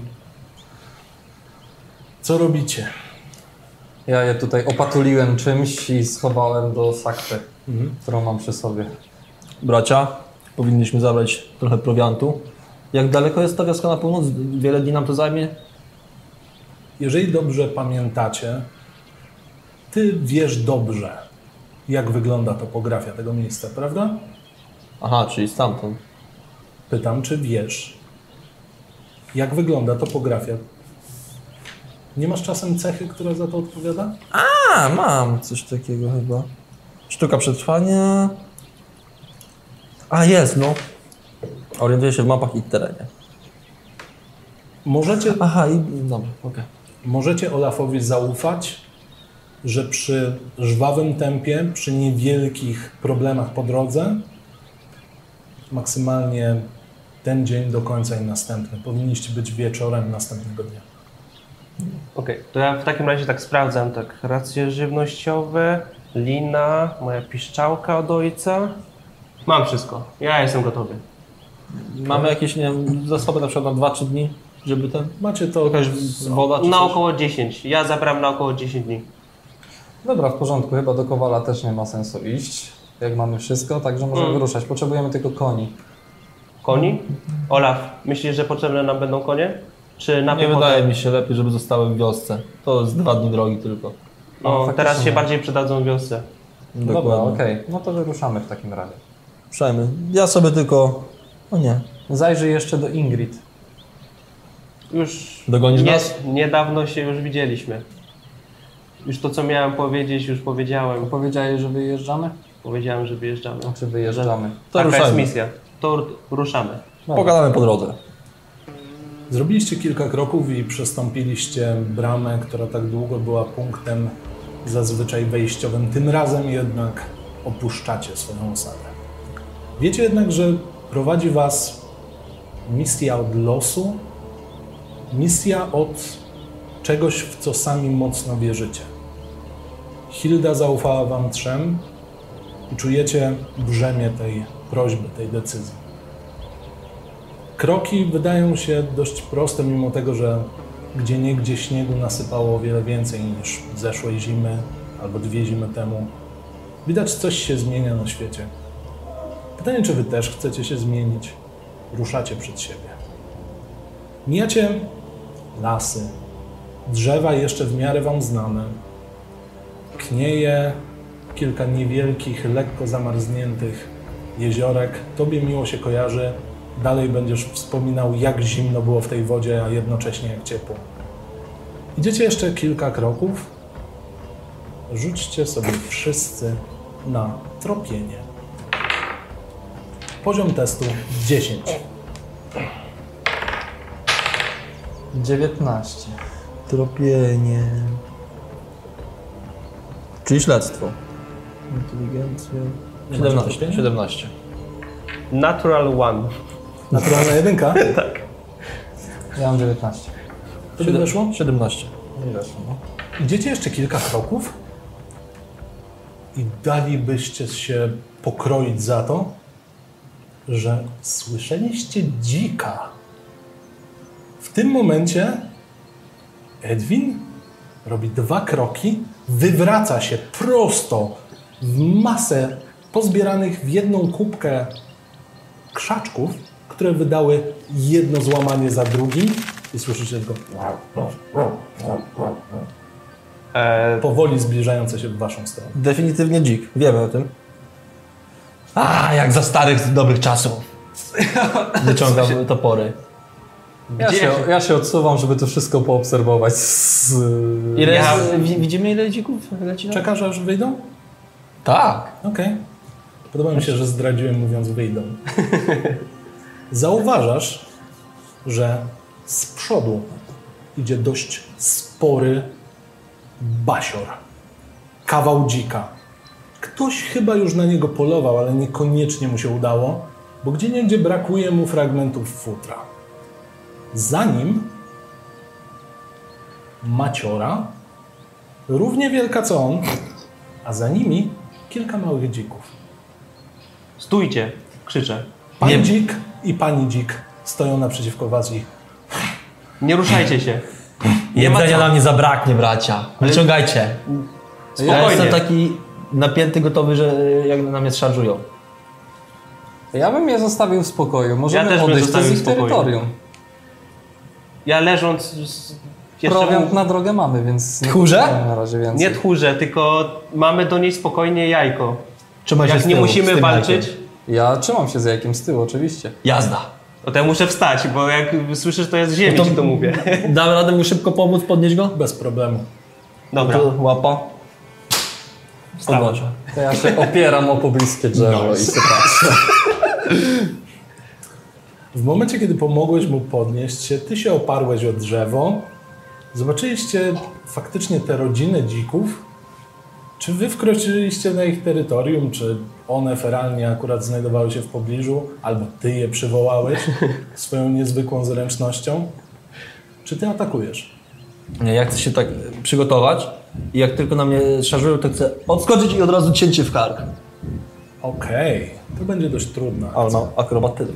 Co robicie?
Ja je tutaj opatuliłem czymś i schowałem do sakwy,
Mhm.
którą mam przy sobie.
Bracia, powinniśmy zabrać trochę prowiantu. Jak daleko jest ta wioska na północ? Wiele dni nam to zajmie?
Jeżeli dobrze pamiętacie, ty wiesz dobrze, jak wygląda topografia tego miejsca, prawda?
Aha, czyli stamtąd.
Pytam, czy wiesz, jak wygląda topografia. Nie masz czasem cechy, która za to odpowiada?
A, mam coś takiego chyba. Sztuka przetrwania. A jest, no. Orientuję się w mapach i terenie.
Możecie,
Aha, i dobra, okej.
możecie Olafowi zaufać, że przy żwawym tempie, przy niewielkich problemach po drodze, maksymalnie ten dzień do końca i następny. Powinniście być wieczorem następnego dnia.
Okej, to ja w takim razie tak sprawdzam, tak, racje żywnościowe, lina, moja piszczałka od ojca. Mam wszystko, ja jestem gotowy.
Mamy jakieś, nie wiem, zasoby na przykład na dwa trzy dni, żeby ten...
Macie to
Jakaś woda czy
Na
coś?
około dziesięć, ja zabram na około dziesięć dni.
Dobra, w porządku, chyba do Kowala też nie ma sensu iść, jak mamy wszystko, także możemy
Mm.
wyruszać. Potrzebujemy tylko koni.
Koni? Olaf, myślisz, że potrzebne nam będą konie? Czy na
Nie
piechotę?
wydaje mi się lepiej, żeby zostały w wiosce. To jest dwa dni drogi tylko.
No,
faktycznie.
teraz się bardziej przydadzą w wiosce.
Dobra, okej, no to wyruszamy w takim razie.
Przejmy. Ja sobie tylko... O nie.
Zajrzyj jeszcze do Ingrid.
Już
Dogonisz
nie,
nas?
niedawno się już widzieliśmy. Już to, co miałem powiedzieć, już powiedziałem.
Powiedziałeś, że wyjeżdżamy?
Powiedziałem, że wyjeżdżamy.
Czy wyjeżdżamy?
To
Taka jest
ruszajmy.
misja. To ru- ruszamy.
Pogadamy po drodze.
Zrobiliście kilka kroków i przestąpiliście bramę, która tak długo była punktem zazwyczaj wejściowym. Tym razem jednak opuszczacie swoją osadę. Wiecie jednak, że prowadzi was misja od losu, misja od czegoś, w co sami mocno wierzycie. Hilda zaufała wam trzem i czujecie brzemię tej prośby, tej decyzji. Kroki wydają się dość proste, mimo tego, że gdzieniegdzie śniegu nasypało o wiele więcej niż zeszłej zimy albo dwie zimy temu. Widać, coś się zmienia na świecie. Pytanie, czy wy też chcecie się zmienić? Ruszacie przed siebie. Mijacie lasy, drzewa jeszcze w miarę wam znane. Knieje kilka niewielkich, lekko zamarzniętych jeziorek. Tobie miło się kojarzy. Dalej będziesz wspominał, jak zimno było w tej wodzie, a jednocześnie jak ciepło. Idziecie jeszcze kilka kroków. Rzućcie sobie wszyscy na tropienie. Poziom testu dziesięć.
dziewiętnaście.
Tropienie. Czyli śledztwo. Inteligencja. siedemnaście. siedemnaście.
Natural one.
Naturalna jedynka?
Tak.
Ja mam dziewiętnaście.
Tobie weszło?
siedemnaście.
Nie weszło, no.
Idziecie jeszcze kilka kroków i dalibyście się pokroić za to, że słyszeliście dzika. W tym momencie Edwin robi dwa kroki, wywraca się prosto w masę pozbieranych w jedną kubkę krzaczków, które wydały jedno złamanie za drugim i słyszycie tylko
E,
powoli zbliżające się w waszą stronę.
Definitywnie dzik. Wiemy o tym. A, jak za starych, dobrych czasów. Wyciągam topory.
Ja
Gdzie
się,
się-
ja się odsuwam, żeby to wszystko poobserwować z...
Ile
Ja-
jest, wi- widzimy ile dzików leci? na-
Czekasz, aż wyjdą?
Tak.
Okej. Podoba mi się, że zdradziłem, mówiąc wyjdą. Zauważasz, że z przodu idzie dość spory basior. Kawał dzika. Ktoś chyba już na niego polował, ale niekoniecznie mu się udało, bo gdzieniegdzie brakuje mu fragmentów futra. Za nim maciora, równie wielka co on, a za nimi kilka małych dzików.
stójcie, krzyczę.
Pan
Nie-
dzik i pani dzik stoją naprzeciwko was i
Nie ruszajcie się. Nie ma
Jedzenia
co.
nam nie zabraknie, bracia. Wyciągajcie. Ja
Spokojnie.
jestem taki napięty, gotowy, że jak na mnie szarżują.
Ja bym je zostawił w spokoju. Możemy
też bym
odejść, to jest
zostawił
ich
w spokoju.
terytorium.
Ja leżąc... z- Jeszcze
Prowiant
mu-
na drogę mamy, więc... nie
Tchórze?
potrzebujemy na razie więcej.
Nie tchórze, tylko mamy do niej spokojnie jajko.
Trzymaj się
Jak
z
nie
tyłu, z
musimy
tym
walczyć,
jajkiem.
Ja trzymam się z jajkiem z tyłu, oczywiście.
Jazda.
to ja muszę wstać, bo jak słyszysz, to jest z ziemi,
No to-
ci to mówię.
Dam radę mu szybko pomóc, podnieść go?
bez problemu.
Dobra,
To łapa.
wstałem.
Podnoszę.
To ja się opieram o pobliskie drzewo i się patrzę.
W momencie, kiedy pomogłeś mu podnieść się, ty się oparłeś o drzewo. Zobaczyliście faktycznie te rodziny dzików. Czy wy wkroczyliście na ich terytorium, czy one feralnie akurat znajdowały się w pobliżu, albo ty je przywołałeś swoją niezwykłą zręcznością? Czy ty atakujesz?
Nie, ja chcę się tak przygotować i jak tylko na mnie szarżują, to chcę odskoczyć i od razu cięcie w kark.
Okej, to będzie dość trudne.
Ale mam akrobatykę.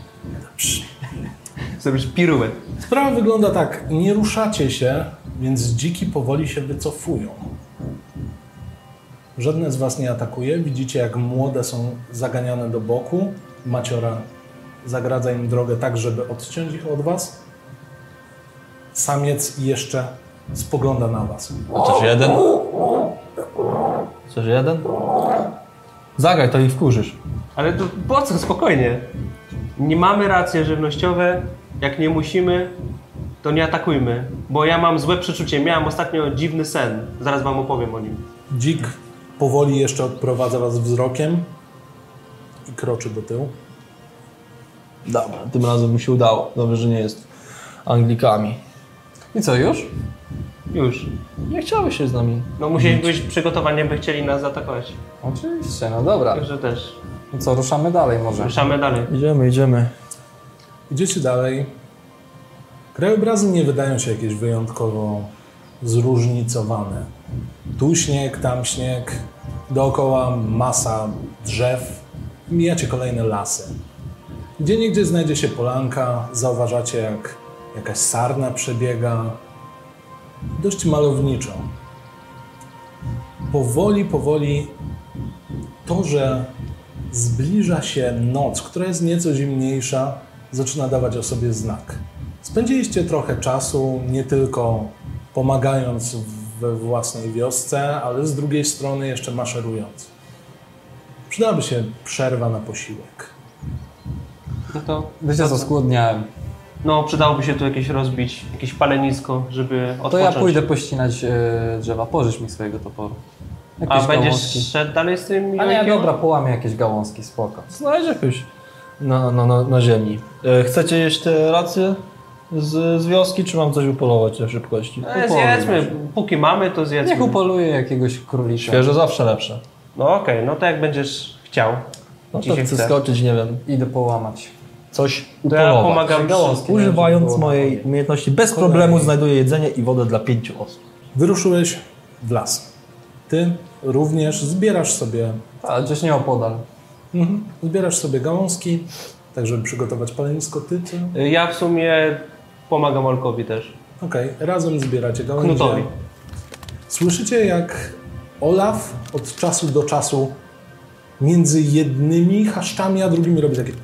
Zrobisz piruet.
Sprawa wygląda tak, nie ruszacie się, więc dziki powoli się wycofują. Żadne z was nie atakuje. Widzicie, jak młode są zaganiane do boku. Maciora zagradza im drogę tak, żeby odciąć ich od was. Samiec jeszcze spogląda na was.
Chociaż jeden? Chociaż jeden? Zagraj, to ich wkurzysz.
Ale to po co? Spokojnie. Nie mamy racje żywnościowe. Jak nie musimy, to nie atakujmy. Bo ja mam złe przeczucie. Miałem ostatnio dziwny sen. Zaraz wam opowiem o nim.
Dzik powoli jeszcze odprowadza was wzrokiem i kroczy do tyłu.
Dobra, tym razem mu się udało. Dobrze, że nie jest Anglikami.
I co, już?
Już.
Nie chciałeś się z nami.
No musieli być przygotowani, by chcieli nas zaatakować.
Oczywiście, no dobra.
Także też.
No co, ruszamy dalej może?
Ruszamy dalej.
Idziemy, idziemy.
Idziecie dalej. Krajobrazy nie wydają się jakieś wyjątkowo zróżnicowane. Tu śnieg, tam śnieg, dookoła masa drzew. Mijacie kolejne lasy. Gdzieniegdzie znajdzie się polanka, zauważacie, jak jakaś sarna przebiega. Dość malowniczo. Powoli, powoli to, że zbliża się noc, która jest nieco zimniejsza, zaczyna dawać o sobie znak. Spędziliście trochę czasu, nie tylko pomagając we własnej wiosce, ale z drugiej strony jeszcze maszerując. Przydałaby się przerwa na posiłek.
No to...
Wiecie co, skłodniałem.
No przydałoby się tu jakieś rozbić, jakieś palenisko, żeby odpocząć.
To ja pójdę pościnać e, drzewa. Pożycz mi swojego toporu. Jakieś
A będziesz
gałązki.
szedł dalej z tym
A nie,
jajkiem?
dobra, połamię jakieś gałązki, spoko.
Znajdź jakoś na, na, na, na ziemi. E, chcecie jeść te racje z, z wioski, czy mam coś upolować na szybkości?
E, zjedzmy. Póki mamy, to zjedzmy.
Niech upoluję jakiegoś królika.
Świeże zawsze lepsze.
No okej, no to jak będziesz chciał.
No
Ci
to
się
chcę
chce.
skoczyć, nie wiem,
Idę połamać.
coś
To ja
upolować.
pomagam
Gałązki.
Używając
było.
mojej umiejętności bez problemu znajduję jedzenie i wodę dla pięciu osób.
Wyruszyłeś w las. Ty również zbierasz sobie,
A gdzieś nie opodal.
mhm, zbierasz sobie gałązki, tak żeby przygotować palenisko. Ty co?
Ja w sumie pomagam Olkowi też.
Okej, razem zbieracie gałęzie.
Knutowi.
Słyszycie, jak Olaf od czasu do czasu między jednymi chaszczami a drugimi robi takie...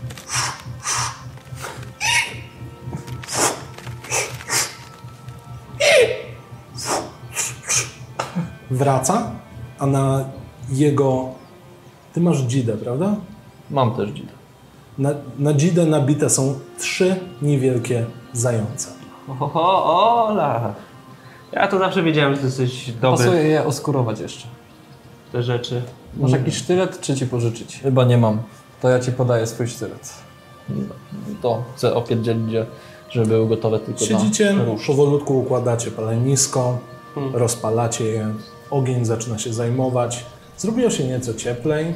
Wraca, a na jego... Ty masz dzidę, prawda?
Mam też dzidę.
Na, na dzidę nabite są trzy niewielkie zające.
Oho, Olaf. Ja to zawsze wiedziałem, że ty jesteś dobry
Pasuje je oskurować jeszcze.
w te rzeczy.
Masz jakiś sztylet, czy ci pożyczyć?
Chyba nie mam.
To ja ci podaję swój sztylet.
To chcę opierdzielić je, żeby były gotowe tylko
Siedzicie,
na rusz.
powolutku układacie palenisko, rozpalacie je, ogień zaczyna się zajmować, zrobiło się nieco cieplej.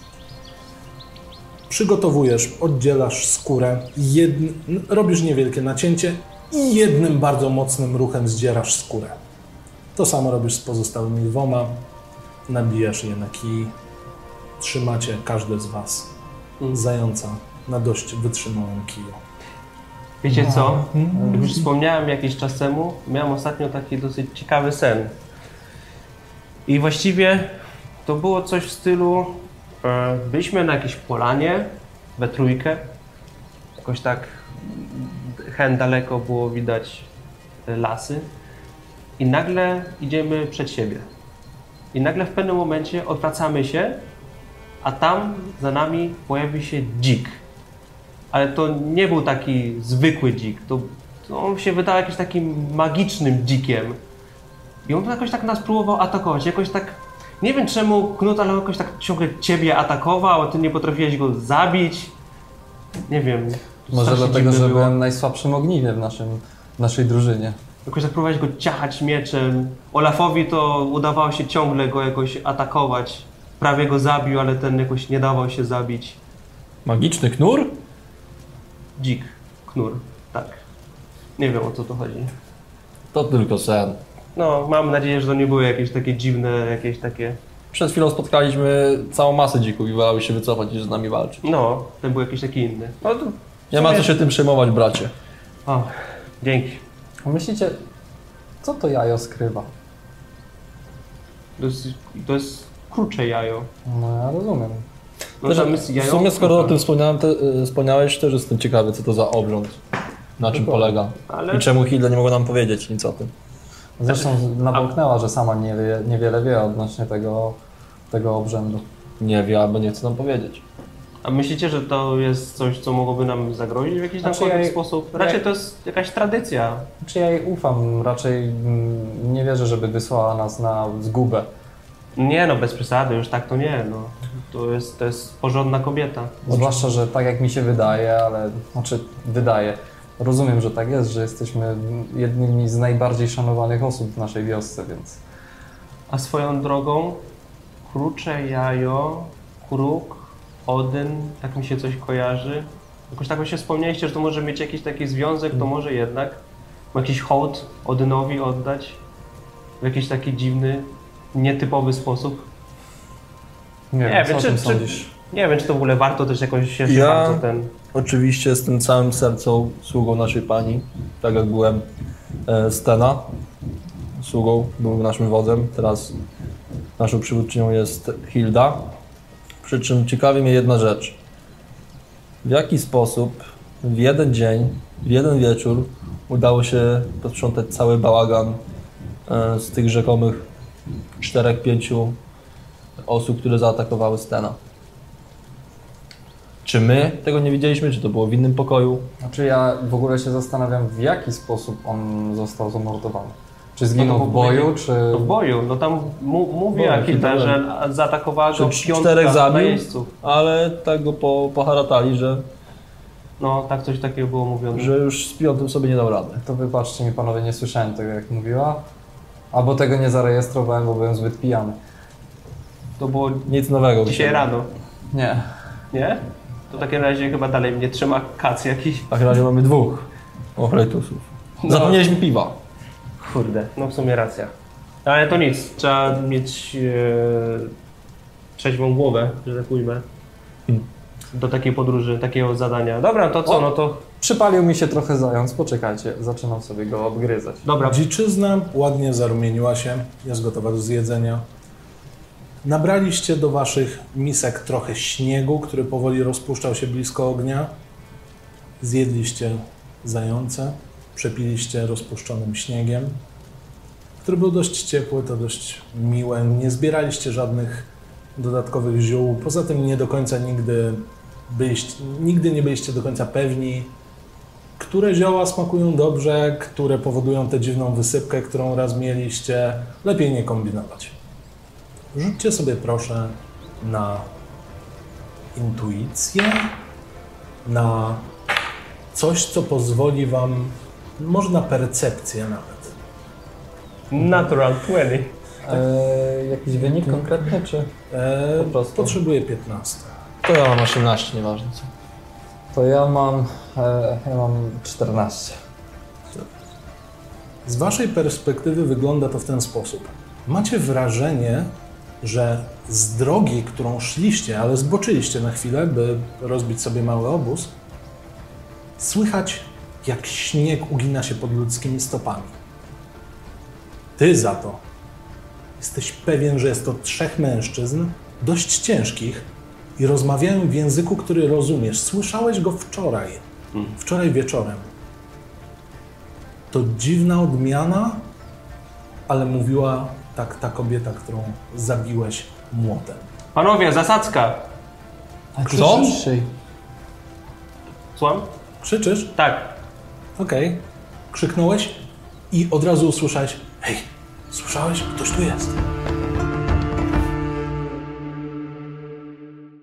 Przygotowujesz, oddzielasz skórę, jedn... robisz niewielkie nacięcie i jednym bardzo mocnym ruchem zdzierasz skórę. To samo robisz z pozostałymi dwoma, nabijasz je na kij, trzymacie każdy z was zająca na dość wytrzymałym kiju.
Wiecie co? Jak już wspomniałem jakiś czas temu, miałem ostatnio taki dosyć ciekawy sen. I właściwie to było coś w stylu, e, byliśmy na jakiejś polanie we trójkę. Jakoś tak hen daleko było widać te lasy. I nagle idziemy przed siebie. I nagle w pewnym momencie odwracamy się, a tam za nami pojawi się dzik. Ale to nie był taki zwykły dzik, to, to on się wydał jakimś takim magicznym dzikiem. I on jakoś tak nas próbował atakować, jakoś tak, Nie wiem czemu Knut, ale jakoś tak ciągle ciebie atakował, a ty nie potrafiłeś go zabić. Nie wiem.
Może
strasznie
dlatego,
dziwne
że
było.
byłem najsłabszym ogniwem w, naszym, w naszej drużynie.
Jakoś tak próbowałeś go ciachać mieczem. Olafowi to udawało się ciągle go jakoś atakować. Prawie go zabił, ale ten jakoś nie dawał się zabić.
Magiczny knur?
Dzik. Knur. Tak. Nie wiem, o co tu chodzi.
To tylko sen.
No, mam nadzieję, że to nie były jakieś takie dziwne, jakieś takie...
Przed chwilą spotkaliśmy całą masę dzików i wolały się wycofać i z nami walczyć.
No, ten był jakiś taki inny. No, to
Nie ma co się tym przejmować, bracie.
O, dzięki.
A myślicie, co to jajo skrywa?
To jest, to jest krucze jajo.
No ja rozumiem.
No,
Też,
tam jest
w
jajo
sumie skoro o
kruka.
tym wspomniałem, te, y, wspomniałeś, też jestem ciekawy, co to za obrząd. Na czym
Dokładnie.
polega.
Ale-
I czemu Hilda nie mogła nam powiedzieć nic o tym.
Zresztą nabąknęła, że sama nie wie, niewiele wie odnośnie tego, tego obrzędu.
Nie wie, albo nie chce nam powiedzieć.
A myślicie, że to jest coś, co mogłoby nam zagrozić w jakiś
Znaczy,
tam
ja jej-
sposób? Raczej
ja-
to jest jakaś tradycja.
Czy ja jej ufam? Raczej mm, nie wierzę, żeby wysłała nas na zgubę.
Nie no, bez przesady, już tak to nie, no. To jest, to jest porządna kobieta.
Zwłaszcza, że tak jak mi się wydaje, ale znaczy wydaje. Rozumiem, że tak jest, że jesteśmy jednymi z najbardziej szanowanych osób w naszej wiosce, więc
A swoją drogą, krucze jajo, kruk, Odyn, tak mi się coś kojarzy. Jakoś tak się wspomnieliście, że to może mieć jakiś taki związek, to może jednak jakiś hołd Odynowi oddać w jakiś taki dziwny, nietypowy sposób.
nie,
Nie
wiem,
wiem,
co
czy-
o tym
czy-
sądzisz?
Nie wiem, czy to w ogóle warto też jakoś się
Ja-
bardzo ten...
Oczywiście z tym całym sercem sługą naszej pani, tak jak byłem e, Stena, sługą, był naszym wodzem, teraz naszą przywódczynią jest Hilda. Przy czym ciekawi mnie jedna rzecz. W jaki sposób w jeden dzień, w jeden wieczór udało się posprzątać cały bałagan e, z tych rzekomych czterech, pięciu osób, które zaatakowały Stena? Czy my tego nie widzieliśmy, czy to było w innym pokoju?
Znaczy ja w ogóle się zastanawiam, w jaki sposób on został zamordowany. Czy zginął
No to
w
w ogóle-
boju, czy...
No w boju, no tam mu, mówi
Boju,
Achille, że
chyba.
zaatakowała go
Czy
piątka
czterech zabił?
najeźdźców.
Ale tak go po, poharatali, że,
No, tak coś takiego było mówione.
że już z piątym sobie nie dał rady.
To wybaczcie mi panowie, nie słyszałem tego jak mówiła. Albo tego nie zarejestrowałem, bo byłem zbyt pijany.
To było
Nic nowego.
dzisiaj
myślę.
rano,
Nie.
nie? To w takim razie chyba dalej mnie trzyma kac jakiś.
W takim razie mamy dwóch ochrejtusów.
No.
Zapomnieliśmy piwa.
Kurde, no w sumie racja. Ale to nic, trzeba mieć e, trzeźwą głowę, że tak ujmę.
Hmm.
Do takiej podróży, takiego zadania. Dobra, to co,
O.
no to...
Przypalił mi się trochę zając, poczekajcie, zaczynam sobie go obgryzać.
Dobra,
Dziczyzna ładnie zarumieniła się, jest gotowa do zjedzenia. Nabraliście do waszych misek trochę śniegu, który powoli rozpuszczał się blisko ognia. Zjedliście zające, przepiliście rozpuszczonym śniegiem, który był dość ciepły, to dość miłe. Nie zbieraliście żadnych dodatkowych ziół. Poza tym nie do końca nigdy, byliście, nigdy nie byliście do końca pewni, które zioła smakują dobrze, które powodują tę dziwną wysypkę, którą raz mieliście. Lepiej nie kombinować. Rzućcie sobie proszę na intuicję, na coś, co pozwoli wam, może na percepcję nawet.
natural dwadzieścia.
Eee, jakiś wynik konkretny, czy?
Eee,
Po prostu.
Potrzebuję piętnaście.
To ja mam osiemnaście, nieważne co.
To ja mam, e, ja mam czternaście.
Z waszej perspektywy wygląda to w ten sposób. Macie wrażenie, że z drogi, którą szliście, ale zboczyliście na chwilę, by rozbić sobie mały obóz, słychać, jak śnieg ugina się pod ludzkimi stopami. Ty za to jesteś pewien, że jest to trzech mężczyzn, dość ciężkich, i rozmawiają w języku, który rozumiesz. Słyszałeś go wczoraj, wczoraj wieczorem. To dziwna odmiana, ale mówiła tak ta kobieta, którą zabiłeś młotem.
Panowie, zasadzka!
A
Co?
Słucham?
Krzyczysz?
Tak.
Okej. Krzyknąłeś i od razu usłyszałeś: hej, słyszałeś? Ktoś tu jest.